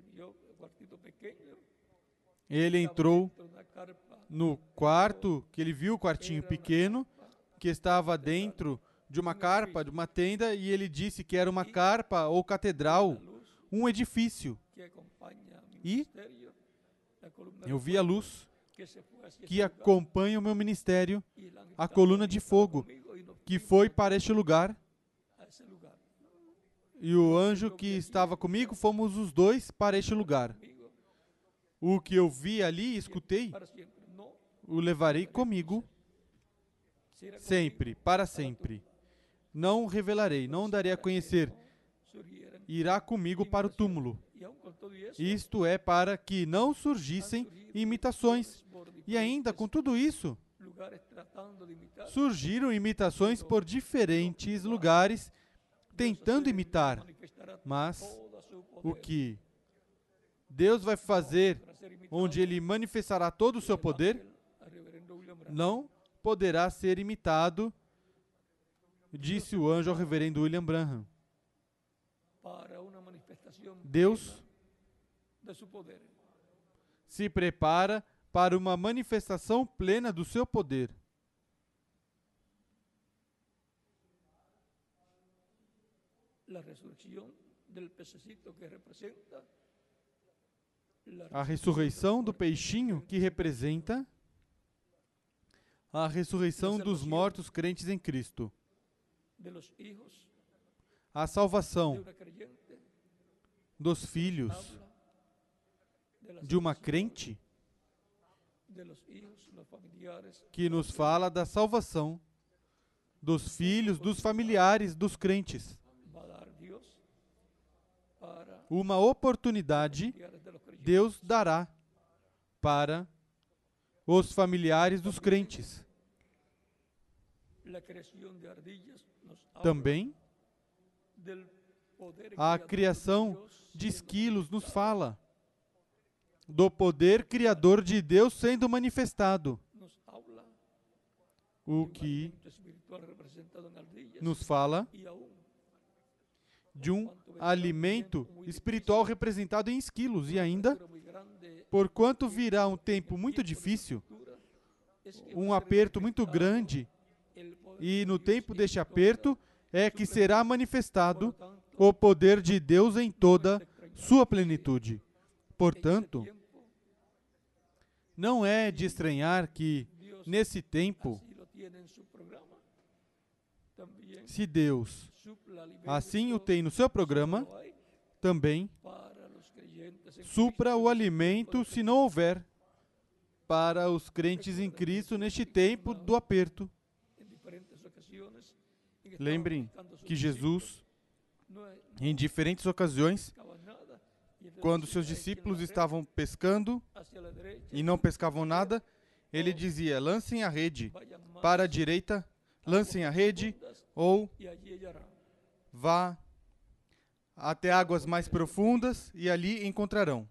Ele entrou no quarto, que ele viu o quartinho pequeno, que estava dentro de uma carpa, de uma tenda, e ele disse que era uma carpa ou catedral, um edifício. E eu vi a luz que acompanha o meu ministério, a coluna de fogo, que foi para este lugar. E o anjo que estava comigo, fomos os dois para este lugar. O que eu vi ali e escutei, o levarei comigo sempre, para sempre. Não revelarei, não darei a conhecer. Irá comigo para o túmulo. Isto é para que não surgissem imitações. E ainda com tudo isso, surgiram imitações por diferentes lugares tentando imitar. Mas o que Deus vai fazer, onde Ele manifestará todo o seu poder, não poderá ser imitado, disse o anjo ao reverendo William Branham. Deus se prepara para uma manifestação plena do seu poder. A ressurreição do peixinho, que representa a ressurreição dos mortos crentes em Cristo. A salvação dos filhos de uma crente, que nos fala da salvação dos filhos, dos familiares, dos crentes. Uma oportunidade Deus dará para os familiares dos crentes. Também, a criação de esquilos nos fala do poder criador de Deus sendo manifestado. O que nos fala de um alimento espiritual representado em esquilos. E ainda, porquanto virá um tempo muito difícil, um aperto muito grande, e no tempo deste aperto é que será manifestado o poder de Deus em toda sua plenitude. Portanto, não é de estranhar que, nesse tempo, se Deus assim o tem no seu programa, também supra o alimento, se não houver, para os crentes em Cristo neste tempo do aperto. Lembrem que Jesus, em diferentes ocasiões, quando seus discípulos estavam pescando e não pescavam nada, ele dizia: lancem a rede para a direita, lancem a rede, ou vá até águas mais profundas e ali encontrarão.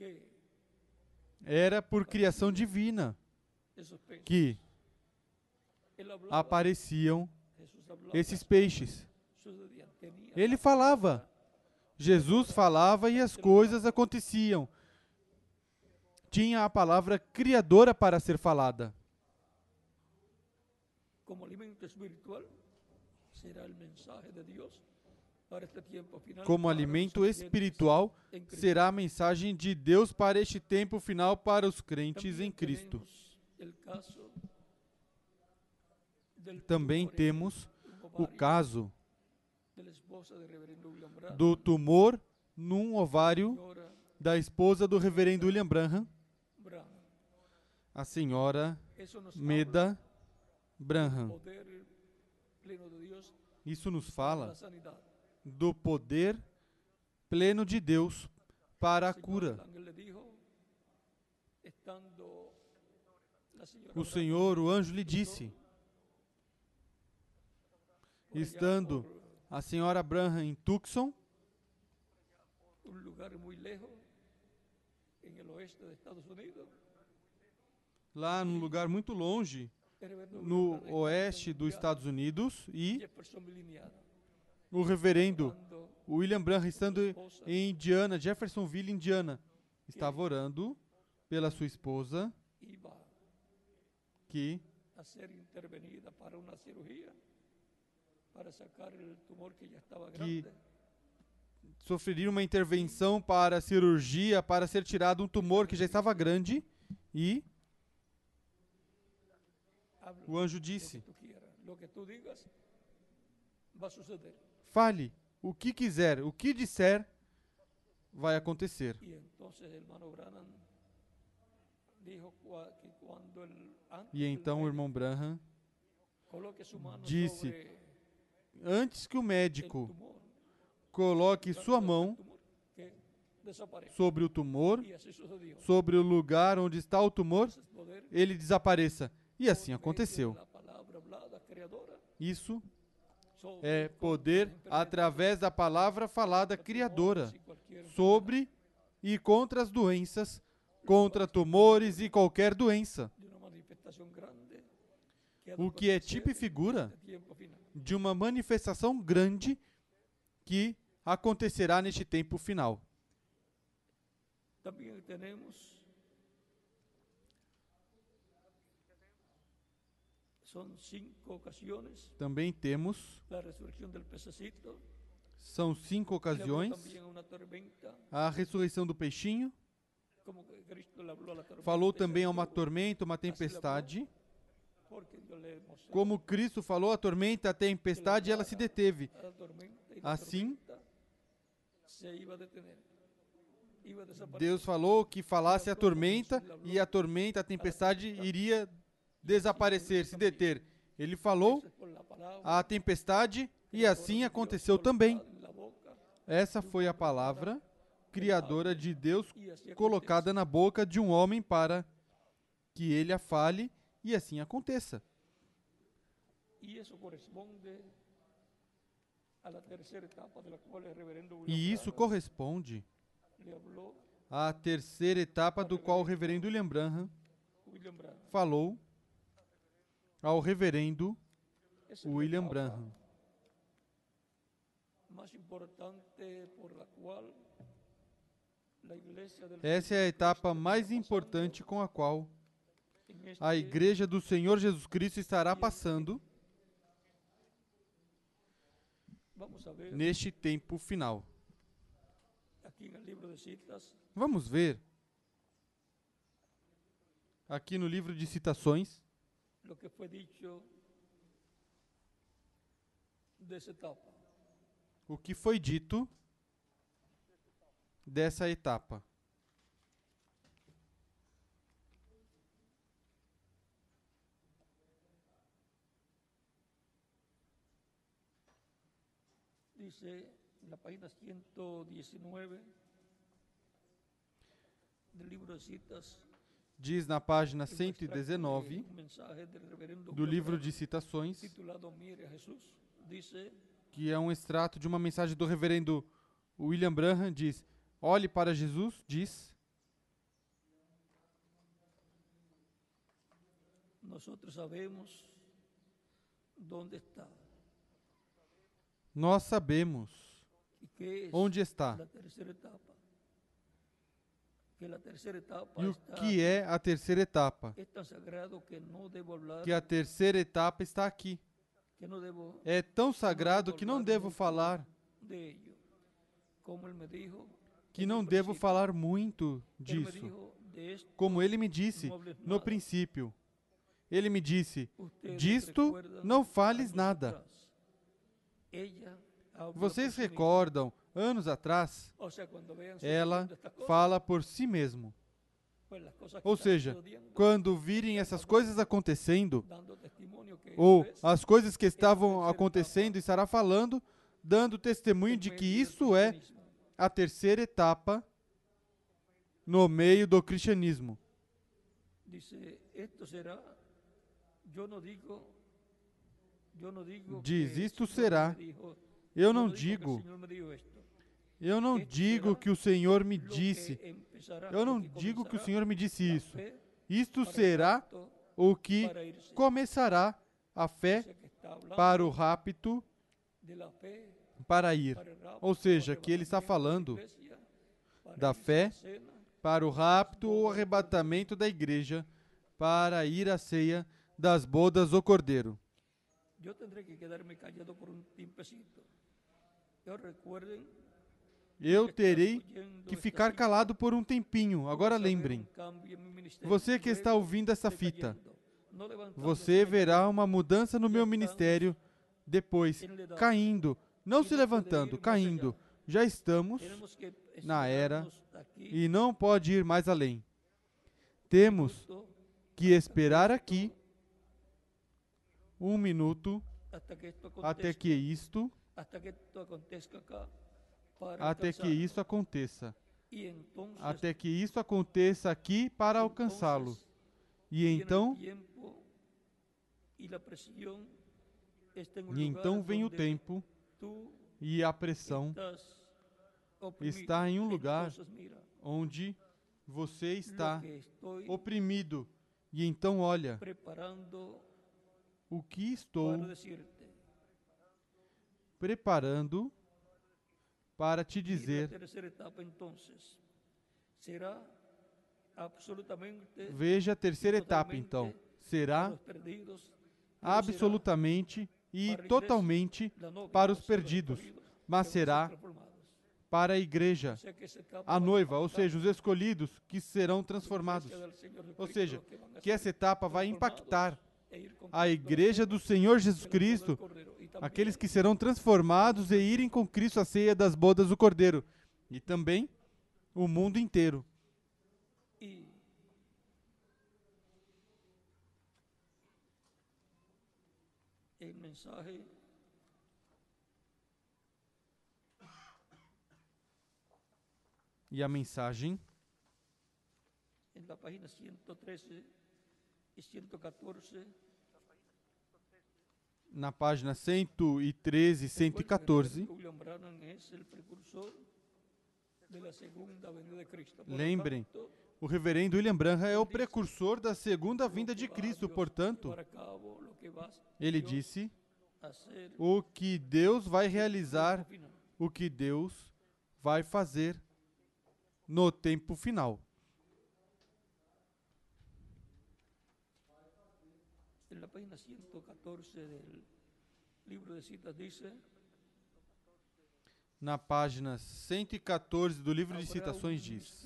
Era por criação divina que apareciam esses peixes. Ele falava, Jesus falava e as coisas aconteciam. Tinha a palavra criadora para ser falada. Como alimento espiritual, será o mensagem de Deus para este tempo final. Como alimento espiritual, será a mensagem de Deus para este tempo final para os crentes em Cristo. Também temos o caso do tumor num ovário da esposa do reverendo William Branham, a senhora Meda Branham. Isso nos fala do poder pleno de Deus para a cura. O Senhor, o anjo, lhe disse, estando a senhora Branham em Tucson, lá num lugar muito longe, no oeste dos Estados Unidos, e o reverendo William Branham, estando em Indiana, Jeffersonville, Indiana, estava orando pela sua esposa, que sofreria uma intervenção para a cirurgia, para ser tirado um tumor que já estava grande, e o anjo disse: fale o que quiser, o que disser vai acontecer. E então o irmão Branham disse: antes que o médico coloque sua mão desaparezca. sobre o tumor, Y así sucedió. sobre o lugar onde está o tumor, Ese poder ele desapareça. E assim por medio aconteceu. de la palabra hablada, creadora, Isso sobre é contra poder las enfermedades, através da palavra falada contra criadora tumores y cualquier enfermedad. sobre e contra as doenças, contra tumores e qualquer doença. De una manifestación grande que ha O de que é acontecer tipo e figura en este tiempo final. de uma manifestação grande que acontecerá neste tempo final. También tenemos, son 5 ocasiones, Também temos, la resurrección del pececito, são 5 y le habló ocasiões, también a una tormenta, a ressurreição do peixinho, como que Cristo le habló a la tormenta. falou y se também a uma detuvo, tormenta, uma tempestade. porque Dios le mostró Como Cristo falou, a tormenta, a tempestade, ela se deteve. a la tormenta, y la Assim, tormenta se iba a detener, iba a desaparecer. Deus falou que falasse a tormenta e a tormenta, a tempestade iria desaparecer, se deter. Ele falou Eso es por la palabra, a tempestade e assim aconteceu também. en la boca, Essa foi a palavra criadora de Deus y así colocada na boca de um homem para que ele a fale e assim aconteça. Y eso corresponde a la tercera etapa de la cual el reverendo E William isso Branham corresponde le habló. à terceira etapa do qual o reverendo William Branham William Branham. falou ao reverendo Esa es la William etapa Branham. más importante por la cual la iglesia del Essa é a Señor etapa Cristo mais está importante com a qual pasando en a Igreja do Senhor Jesus Cristo estará passando Vamos a ver neste tempo final. aquí en el libro de citas Vamos ver aqui no livro de citações lo que fue dicho de esa etapa. o que foi dito dessa etapa. Dice en la página 119 del libro de citas, Diz na página un extracto de 119 un mensaje del reverendo do William livro Branham, de citações, titulado Mire a Jesús, dice: que é um extrato de uma mensagem do reverendo William Branham, diz: olhe para Jesus, diz: nosotros sabemos dónde está nós sabemos y qué es onde está la tercera etapa. Que la tercera etapa e o está que é a terceira etapa. es tan sagrado que no debo hablar, Que a terceira etapa está aqui. que no debo É tão sagrado que não devo falar, de ello. Como él me dijo, que en não el devo principio, falar muito él me disso. dijo, de esto Como ele me disse no hables no nada. princípio. Ele me disse: Ustedes disto recuerdan não fales años nada. atrás. Ella habló Vocês por sí misma. recordam, anos atrás, O sea, cuando vean ela sucediendo estas cosas, fala por si mesmo. pues las cosas que Ou están seja, sucediendo, quando virem essas coisas acontecendo, dando testimonio que ou eso es as coisas que estavam acontecendo, estará falando, dando testemunho en de que medio del isso é cristianismo. a terceira etapa no meio do cristianismo. Dice, esto será, yo no digo Diz, que isto el Señor será. me dijo, Eu não que el digo, Señor me dijo esto. eu não Esto digo será que o Senhor me Lo que disse. empezará, Eu lo não que digo que o comenzará Senhor me disse la isso. fe Isto para el será rapto, o que para irse. começará a fé Dice que está hablando para o rapto de la fe para ir. para el rapto, Ou seja, o que ele está arrebatamento falando da iglesia, para da irse fé à cena. para o rapto ou arrebatamento da igreja para ir à ceia das bodas do Cordeiro. Yo tendré que quedarme callado por un tiempecito. Eu recuerden Eu que terei está oyendo que esta ficar cita, calado por um tempinho. Agora vamos a ver lembrem, um cambio em meu ministério. você que está Luego, ouvindo essa fita, decayendo, no levantándose, você verá decayendo. uma mudança no meu ministério depois, caindo, não se levantando, caindo. Já estamos Tenemos que na era esperarnos daqui e não pode ir mais além. Temos minuto que esperar aqui um minuto hasta que esto até acontezca, que isto, hasta que esto acontezca acá, para até que alcanzar isso aconteça, até que isso aconteça aqui para alcançá-lo. E então vem o tempo e a pressão está em um lugar onde você está oprimido. E então olha o que estou preparando para te dizer. Veja a terceira etapa, então. Será absolutamente e totalmente para os perdidos, mas será para a igreja, a noiva, ou seja, os escolhidos que serão transformados. Ou seja, que essa etapa vai impactar a igreja do Senhor Jesus Cristo, aqueles que serão transformados e irem com Cristo à ceia das bodas do Cordeiro, e também o mundo inteiro. E a mensagem, na página 113 e 114, na página 113 e 114, lembrem, o reverendo William Branham é o precursor da segunda vinda de Cristo, portanto, ele disse o que Deus vai realizar, o que Deus vai fazer no tempo final. Na página 114 do livro de citas diz: na página 114 do livro de citações diz: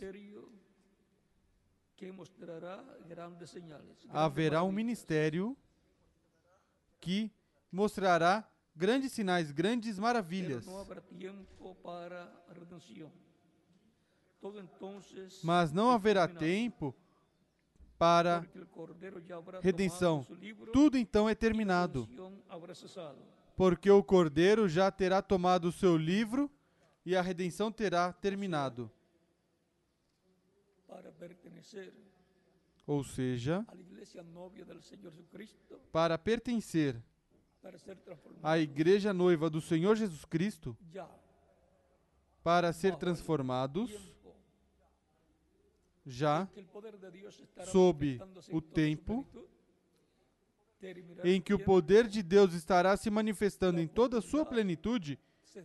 haverá um ministério que mostrará grandes sinais, grandes maravilhas. Mas não haverá tempo para redenção. Tudo então é terminado, porque o Cordeiro já terá tomado o seu livro e a redenção terá terminado. Ou seja, para pertencer à igreja noiva do Senhor Jesus Cristo, para ser transformados, já sob o tempo em que o poder de Deus estará se manifestando em toda a sua plenitude,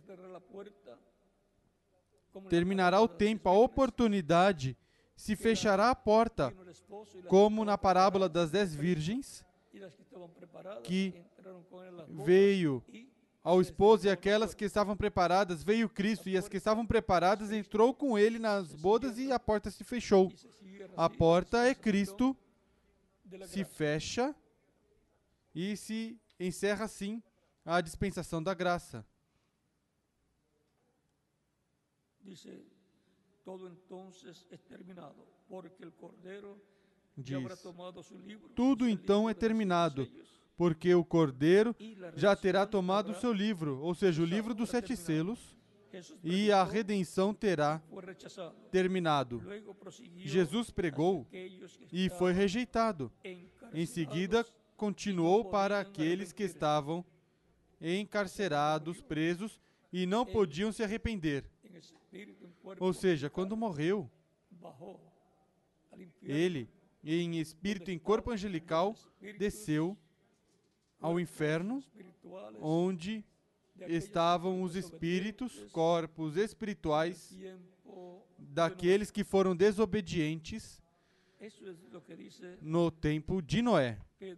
terminará o tempo, a oportunidade, se fechará a porta, como na parábola das 10 virgens, que veio ao esposo e aquelas que estavam preparadas, veio Cristo, e as que estavam preparadas entrou com ele nas bodas e a porta se fechou. A porta é Cristo, se fecha e se encerra assim a dispensação da graça. Diz, tudo então é terminado, porque o Cordeiro já terá tomado o seu livro, ou seja, o livro dos 7 selos, e a redenção terá terminado. Jesus pregou e foi rejeitado. Em seguida, continuou para aqueles que estavam encarcerados, presos, e não podiam se arrepender. Ou seja, quando morreu, ele, em espírito e em corpo angelical, desceu ao inferno, onde estavam os espíritos, corpos espirituais daqueles que foram desobedientes no tempo de Noé.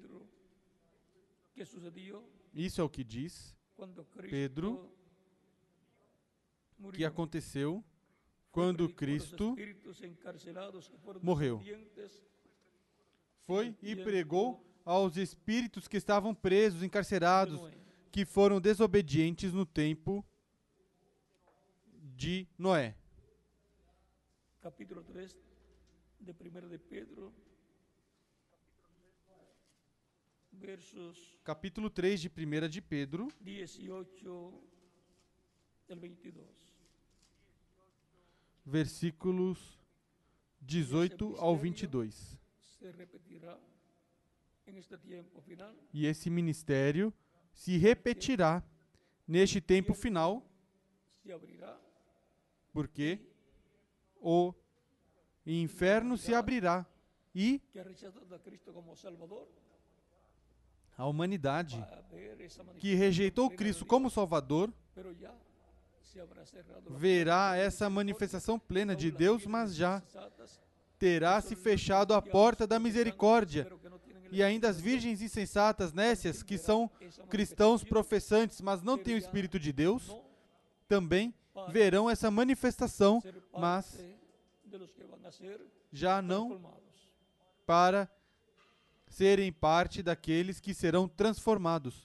Isso é o que diz Pedro, que aconteceu quando Cristo morreu. Foi e pregou aos espíritos que estavam presos, encarcerados, que foram desobedientes no tempo de Noé. Capítulo 3 de 1 de Pedro, versos capítulo 3 de 1 de Pedro, 18 ao 22. versículos 18 ao 22. se repetirá en este tiempo final, E esse ministério se repetirá neste tempo final, se abrirá porque o inferno se abrirá e que ha rechazado a Cristo como Salvador a humanidade va a ver esa que rejeitou manifestación Cristo plena de como Dios, Salvador pero ya se habrá cerrado la verá puerta de essa misericordia. manifestação plena de Aún las Deus, virgens mas já insensatas terá se fechado a porta da misericórdia. pero que no tienen el E ainda as Espíritu de Dios, virgens insensatas, nécias, que são cristãos professantes, mas não têm o Espírito de Deus, no também verão essa manifestação, ser mas parte de los que van a ser já não transformados. para serem parte daqueles que serão transformados.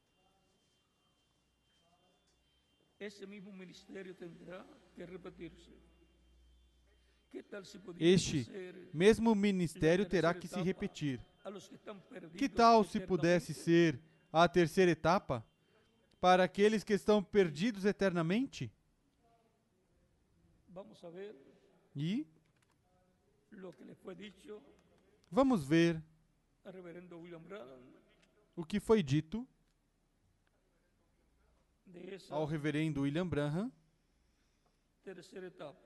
Ese mismo ministerio tendrá que repetirse. ¿Qué tal si pudiera Este ser mesmo ministério terá que se repetir. a los que están perdidos Que tal se pudesse eternamente? ser a terceira etapa para aqueles que estão perdidos eternamente? Vamos a ver E lo que le fue dicho vamos ver al reverendo William Branham o que foi dito de esa ao reverendo William Branham tercera etapa.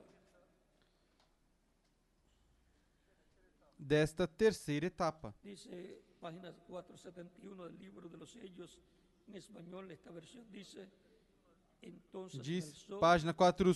desta terceira etapa. Dice, página 471 del libro de los sellos, en español, esta versión dice, entonces Diz, me alzó, página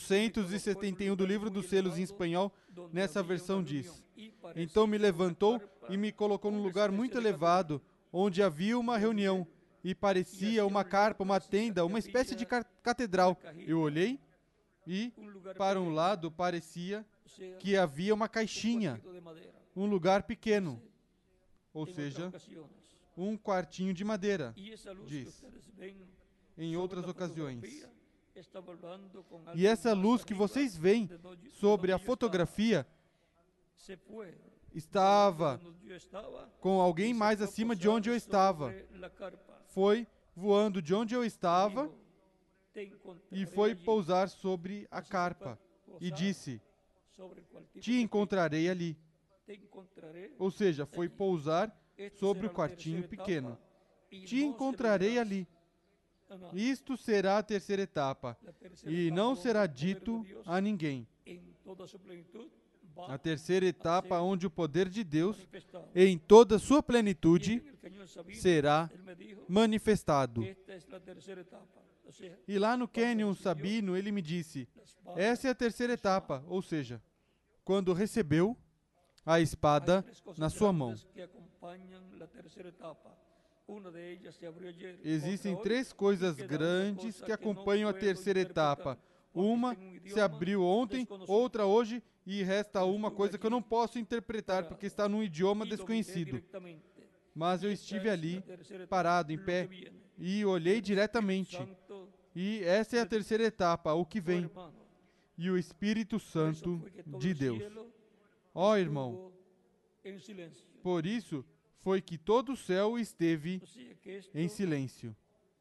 471 do livro dos selos em espanhol, donde nessa había versão una diz: reunión, y parecía Então me una levantou carpa e me colocou num lugar muito elevado, onde havia uma reunião, e parecia uma carpa, uma tenda, uma espécie de catedral. Eu olhei e, un lugar para um pequeño, lado, parecia o sea, que havia uma un caixinha, cuartito de madera. um lugar pequeno, ou En otras seja, ocasiones. um quartinho de madeira. Y esa luz diz, que ustedes ven Em sobre outras la ocasiões. fotografía estaba hablando con E alguien essa más luz que arriba vocês veem de donde- de sobre donde a yo fotografia se fue estava de donde yo estava, com alguém y se mais fue a acima de posar onde eu estava. sobre la carpa. Foi voando de onde eu estava Dijo, "Te encontraré e foi allí". pousar sobre a Entonces, carpa. fue E posar disse: sobre el cuartito Te pequeño. encontrarei ali. Te encontraré. Ou seja, foi pousar Esta sobre será o la quartinho tercera pequeno. etapa, y Te no encontrarei celebrarás ali. a nada. Isto será a terceira etapa. La tercera E etapa não donde será el poder de dito Dios a ninguém. en toda su plenitud va A terceira etapa, ser onde o poder de Deus, manifestado. em toda sua Y plenitude, en el Cañón Sabino, será él me dijo, manifestado. esta es la tercera etapa. O sea, E lá no Canyon Sabino, ele me disse: la espada. essa é a terceira etapa, ou seja, quando recebeu a Hay espada tres cosas na sua mão. grandes que acompañan la tercera etapa. Una de ellas se abrió ayer, Existem otra hoy, três y coisas queda una grandes cosa que que no acompanham a puedo terceira interpretar, etapa. porque Uma está en un se idioma abriu ontem, desconocido. outra hoje, e resta uma Estuve coisa que eu não aqui posso interpretar porque está num idioma Y lo miré desconhecido. directamente. Mas eu Y esta estive es ali, la tercera etapa, parado, em lo pé, que viene. e olhei diretamente. Santo, E essa é a terceira etapa, o que tu vem. hermano. E o Espírito Por eso Santo fue que todo de el Deus. cielo Ó irmão, estuvo en silencio. por isso foi que todo o céu esteve O sea que esto em silêncio.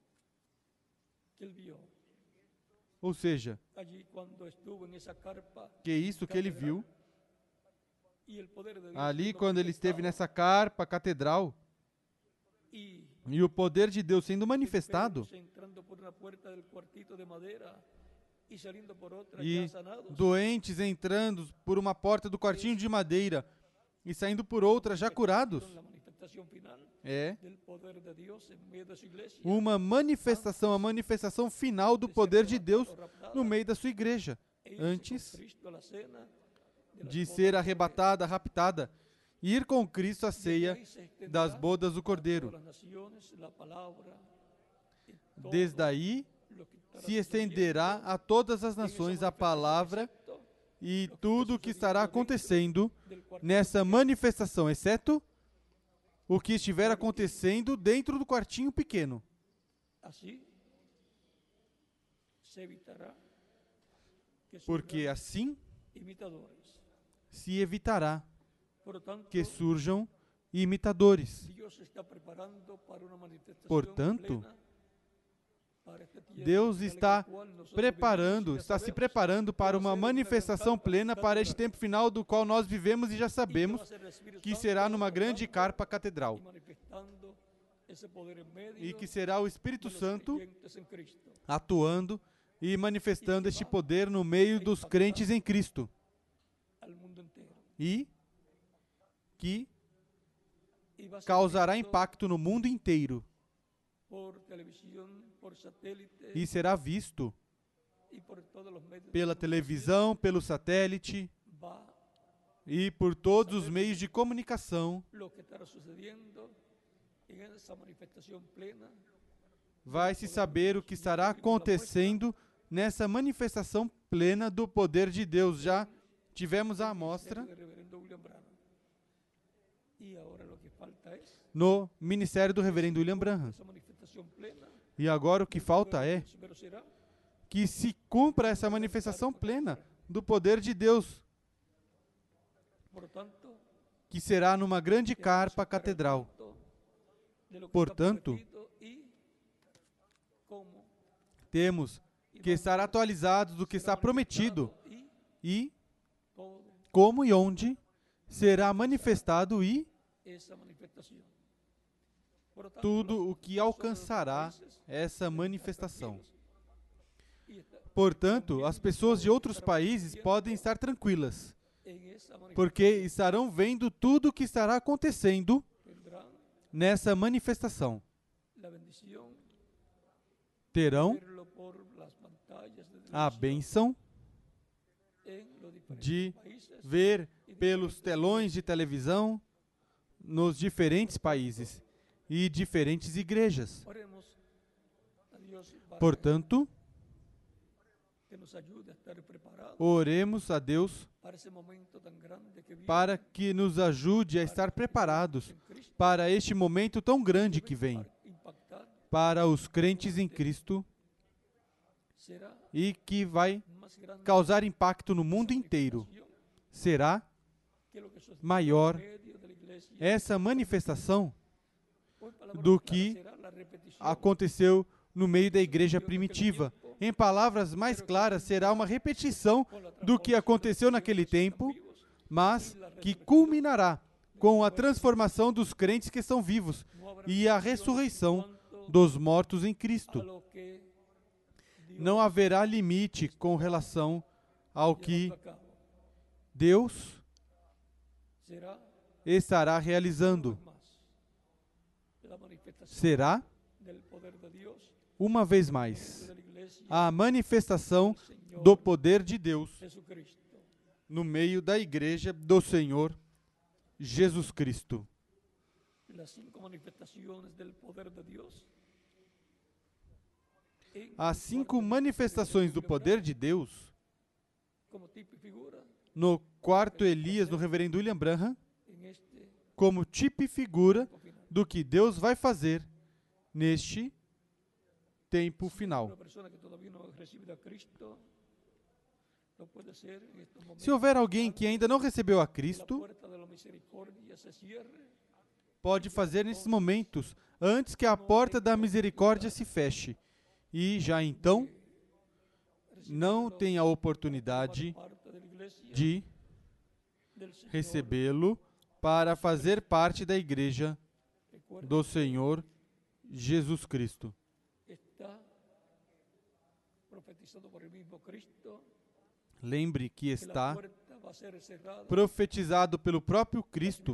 que él vio Ou seja, allí cuando estuvo en esa carpa que isso que ele viu y el poder de Dios ali siendo quando ele esteve manifestado, nessa carpa catedral y e o poder de Deus sendo manifestado enfermos entrando por una puerta del cuartito de madera y saliendo por otra e ya sanados. doentes entrando por uma porta do quartinho de madeira e saindo por outra já curados. La manifestación final É del poder de Dios en medio de su iglesia. uma manifestação, a manifestação final do poder de Deus no meio da sua igreja, E irse antes con Cristo a la cena de las de bodas ser do arrebatada, raptada, e ir com Cristo à Cordeiro. ceia Desde ahí se extenderá das bodas do a Cordeiro. todas las naciones la palabra y todo Desde aí lo que estará se estenderá a todas as sucediendo en esa nações a manifestación, palavra excepto e lo que tudo o está que estará sucediendo acontecendo del cuarto nessa pequeño. manifestação, exceto o que estiver acontecendo dentro do quartinho pequeno. Así se evitará que Porque surjan assim imitadores. se evitará Por lo tanto, que surjam imitadores. Dios está preparando para una manifestación Portanto, plena Deus está se preparando para uma manifestação plena para este tempo final do qual nós vivemos e já sabemos que será numa grande carpa catedral. E que será o Espírito Santo atuando e manifestando este poder no meio dos crentes em Cristo. E que causará impacto no mundo inteiro. E será visto pela televisão, pelo satélite e por todos os meios de comunicação. Vai se saber o que estará acontecendo nessa manifestação plena do poder de Deus. Já tivemos a amostra no ministério do reverendo William Branham. E agora o que falta é que se cumpra essa manifestação plena do poder de Deus, que será numa grande carpa catedral. Portanto, temos que estar atualizados do que está prometido e como e onde será manifestado e tudo o que alcançará essa manifestação. Portanto, as pessoas de outros países podem estar tranquilas, porque estarão vendo tudo o que estará acontecendo nessa manifestação. Terão a bênção de ver pelos telões de televisão nos diferentes países e diferentes igrejas. Portanto, oremos a Deus para que nos ajude a estar preparados para este momento tão grande que vem, para os crentes em Cristo, e que vai causar impacto no mundo inteiro. Será maior essa manifestação do que aconteceu no meio da igreja primitiva. Em palavras mais claras, será uma repetição do que aconteceu naquele tempo, mas que culminará com a transformação dos crentes que estão vivos e a ressurreição dos mortos em Cristo. Não haverá limite com relação ao que Deus estará realizando. Será, uma vez mais, a manifestação do poder de Deus no meio da igreja do Senhor Jesus Cristo. As 5 manifestações do poder de Deus, no quarto Elias, no reverendo William Branham, como tipo e figura do que Deus vai fazer neste tempo final. Se houver alguém que ainda não recebeu a Cristo, pode fazer nesses momentos, antes que a porta da misericórdia se feche. E já então, não tem a oportunidade de recebê-lo para fazer parte da igreja do Senhor Jesus Cristo. Lembre que está profetizado pelo próprio Cristo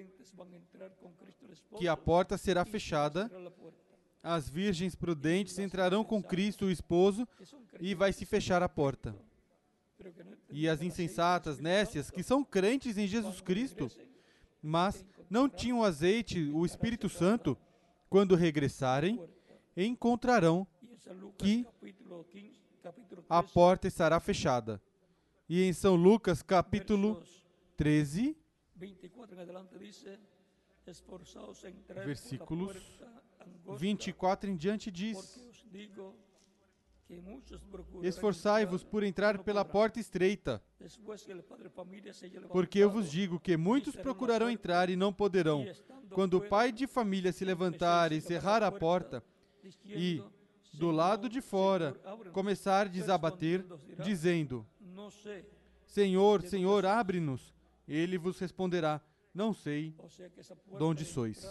que a porta será fechada, as virgens prudentes entrarão com Cristo, o esposo, e vai se fechar a porta. E as insensatas, nécias, que são crentes em Jesus Cristo, mas não tinham azeite, o Espírito Santo, quando regressarem, encontrarão que a porta estará fechada. E em São Lucas, capítulo 13, versículos 24 em diante diz: esforçai-vos por entrar pela porta estreita, porque eu vos digo que muitos procurarão entrar e não poderão. Quando o pai de família se levantar e cerrar a porta, e do lado de fora, começar a desabater, dizendo: Senhor, Senhor, abre-nos. Ele vos responderá: não sei de onde sois.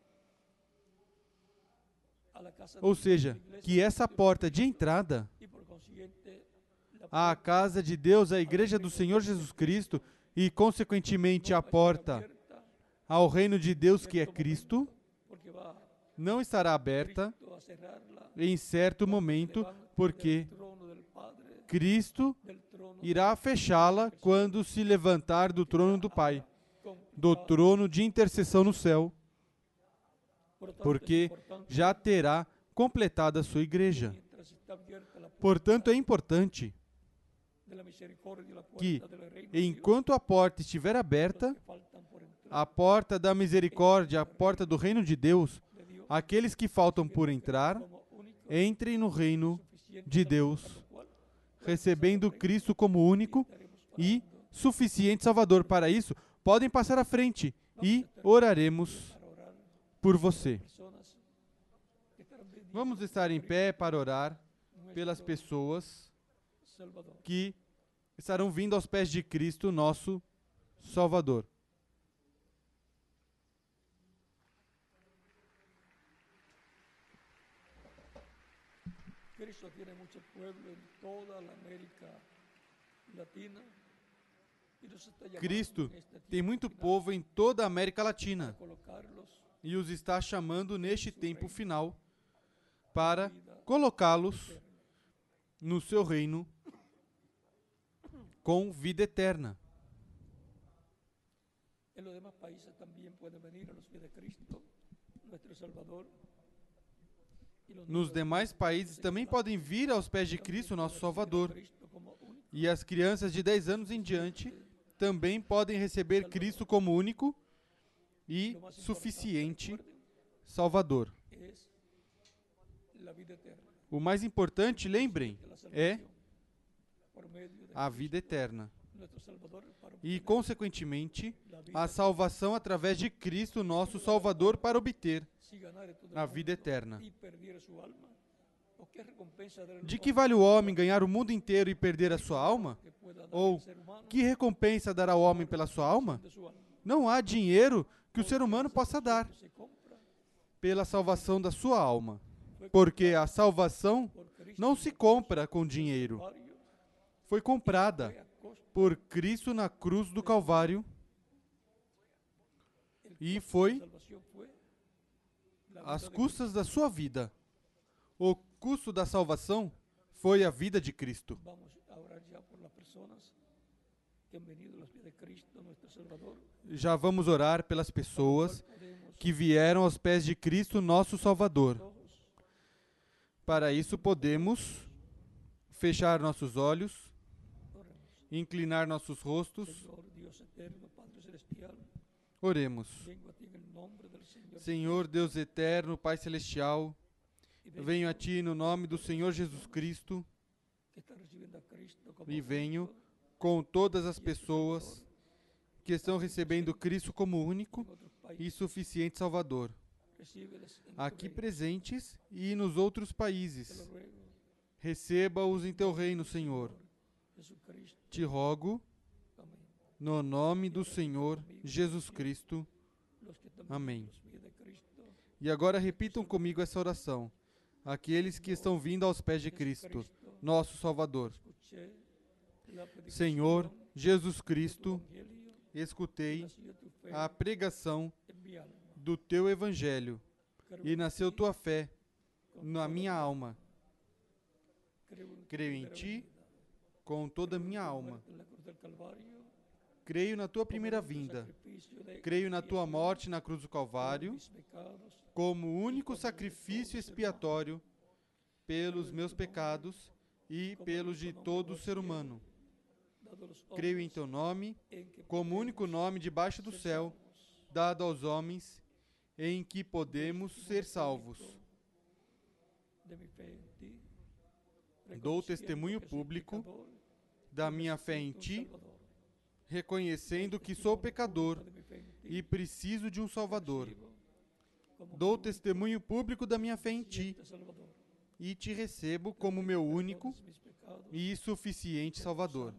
Ou seja, que essa porta de entrada à casa de Deus, à igreja do Senhor Jesus Cristo, e consequentemente a porta ao reino de Deus que é Cristo, não estará aberta em certo momento, porque Cristo irá fechá-la quando se levantar do trono do Pai, do trono de intercessão no céu, porque já terá completado a sua igreja. Portanto, é importante que, enquanto a porta estiver aberta, a porta da misericórdia, a porta do reino de Deus, aqueles que faltam por entrar, entrem no reino de Deus, recebendo Cristo como único e suficiente Salvador. Para isso, podem passar à frente e oraremos por você. Vamos estar em pé para orar pelas pessoas que estarão vindo aos pés de Cristo, nosso Salvador. Cristo tem muito povo em toda a América Latina e os está chamando neste tempo final para colocá-los no seu reino com vida eterna. Nos demais países também podem vir aos pés de Cristo, nosso Salvador. E as crianças de 10 anos em diante também podem receber Cristo como único e suficiente Salvador. O mais importante, lembrem, é a vida eterna. E, consequentemente, a salvação através de Cristo, nosso Salvador, para obter a vida eterna. De que vale o homem ganhar o mundo inteiro e perder a sua alma? Ou que recompensa dará o homem pela sua alma? Não há dinheiro que o ser humano possa dar pela salvação da sua alma, porque a salvação não se compra com dinheiro. Foi comprada por Cristo na cruz do Calvário e foi às custas da sua vida. O custo da salvação foi a vida de Cristo. Já vamos orar pelas pessoas que vieram aos pés de Cristo, nosso Salvador. Para isso, podemos fechar nossos olhos, inclinar nossos rostos. Oremos. Senhor Deus eterno, Pai celestial, venho a Ti no nome do Senhor Jesus Cristo e venho com todas as pessoas que estão recebendo Cristo como único e suficiente Salvador, aqui presentes e nos outros países. Receba-os em Teu reino, Senhor. Te rogo, no nome do Senhor Jesus Cristo. Amém. E agora repitam comigo essa oração. Aqueles que estão vindo aos pés de Cristo, nosso Salvador. Senhor Jesus Cristo, escutei a pregação do Teu Evangelho e nasceu Tua fé na minha alma. Creio em Ti com toda a minha alma. Creio na Tua primeira vinda. Creio na Tua morte na cruz do Calvário como único sacrifício expiatório pelos meus pecados e pelos de todo ser humano. Creio em Teu nome como único nome debaixo do céu, dado aos homens, em que podemos ser salvos. Dou testemunho público da minha fé em Ti, reconhecendo que sou pecador e preciso de um Salvador. Dou testemunho público da minha fé em Ti e te recebo como meu único e suficiente Salvador.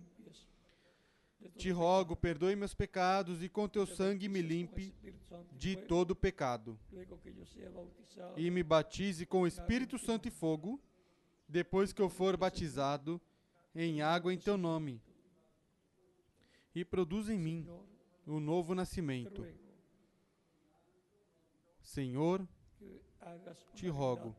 Te rogo, perdoe meus pecados e com teu sangue me limpe de todo pecado. E me batize com o Espírito Santo e fogo, depois que eu for batizado em água em teu nome. E produz em mim o novo nascimento. Senhor, te rogo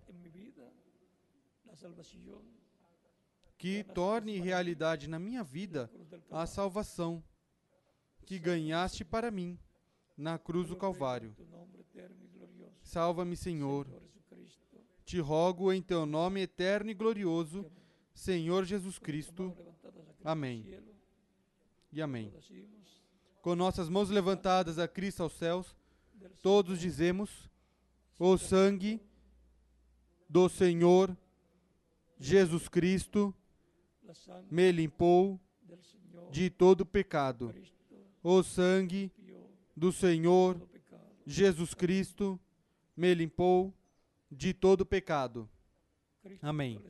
que torne realidade na minha vida a salvação que ganhaste para mim na cruz do Calvário. Salva-me, Senhor. Te rogo em teu nome eterno e glorioso, Senhor Jesus Cristo. Amém. E amém. Com nossas mãos levantadas a Cristo aos céus, todos dizemos: o sangue do Senhor Jesus Cristo me limpou de todo pecado. O sangue do Senhor Jesus Cristo me limpou de todo pecado. Amém.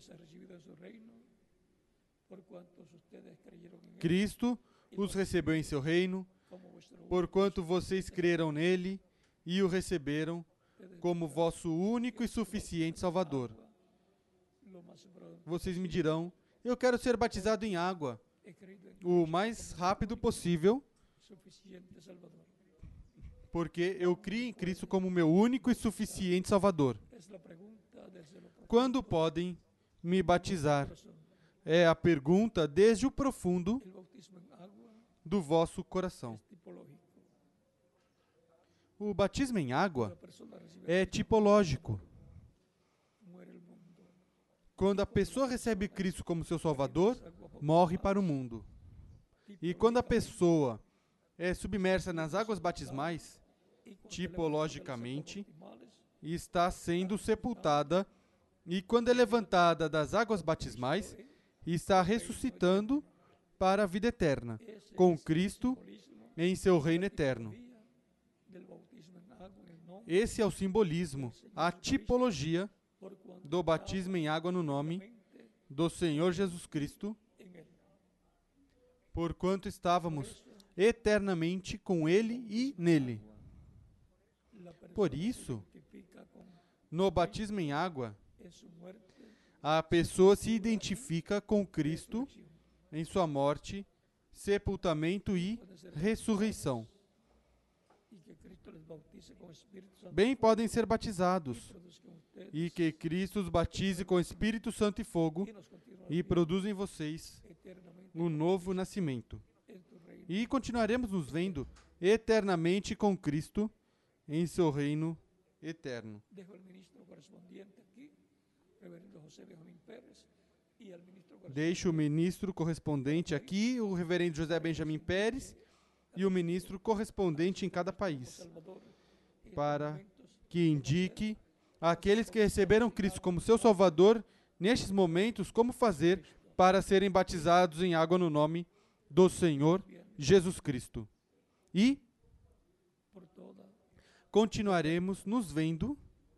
Cristo os recebeu em seu reino, porquanto vocês creram nele e o receberam como vosso único e suficiente Salvador. Vocês me dirão: eu quero ser batizado em água o mais rápido possível, porque eu criei em Cristo como meu único e suficiente Salvador. Quando podem me batizar? É a pergunta desde o profundo do vosso coração. O batismo em água é tipológico. Quando a pessoa recebe Cristo como seu Salvador, morre para o mundo. E quando a pessoa é submersa nas águas batismais, tipologicamente, está sendo sepultada, e quando é levantada das águas batismais, está ressuscitando para a vida eterna, com Cristo em seu reino eterno. Esse é o simbolismo, a tipologia do batismo em água no nome do Senhor Jesus Cristo, porquanto estávamos eternamente com Ele e nele. Por isso, no batismo em água, a pessoa se identifica com Cristo em sua morte, sepultamento e ressurreição. Bem podem ser batizados, e que Cristo os batize com Espírito Santo e fogo, e produza em vocês um novo nascimento. E continuaremos nos vendo eternamente com Cristo em seu reino eterno. Deixo o ministro correspondente aqui, o reverendo José Benjamin Pérez, e o ministro correspondente em cada país, para que indique àqueles que receberam Cristo como seu Salvador, nestes momentos, como fazer para serem batizados em água no nome do Senhor Jesus Cristo. E continuaremos nos vendo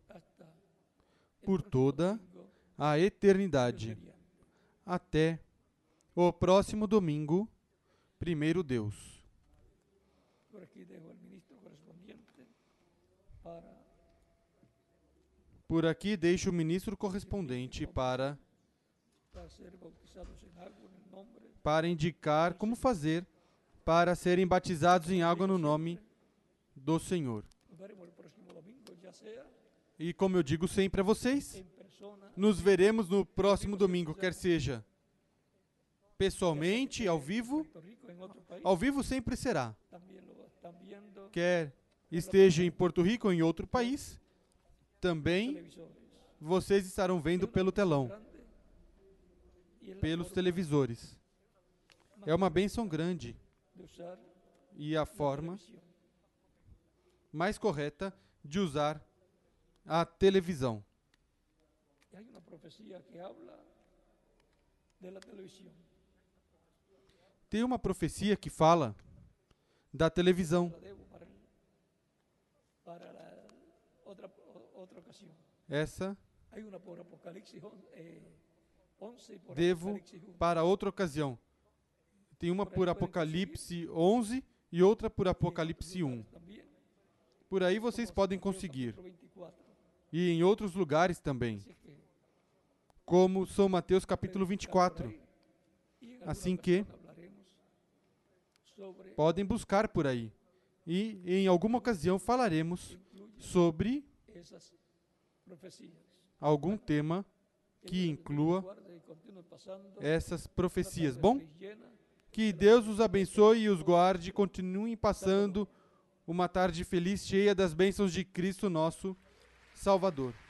por toda a eternidade. Até o próximo domingo, primeiro Deus. Por aqui deixo o ministro correspondente para indicar como fazer para serem batizados em água no nome do Senhor. E como eu digo sempre a vocês, nos veremos no próximo domingo, quer seja pessoalmente, ao vivo sempre será. Quer esteja em Porto Rico ou em outro país, também vocês estarão vendo pelo telão, pelos televisores. É uma bênção grande e a forma mais correta de usar a televisão. Tem uma profecia que fala da televisão. Essa Devo para outra ocasião. Tem uma por Apocalipse 11 e outra por Apocalipse 1. Por aí vocês podem conseguir. E em outros lugares também. Como São Mateus capítulo 24. Assim que podem buscar por aí. E em alguma ocasião falaremos sobre algum tema que inclua essas profecias. Bom, que Deus os abençoe e os guarde. Continuem passando uma tarde feliz, cheia das bênçãos de Cristo nosso Salvador.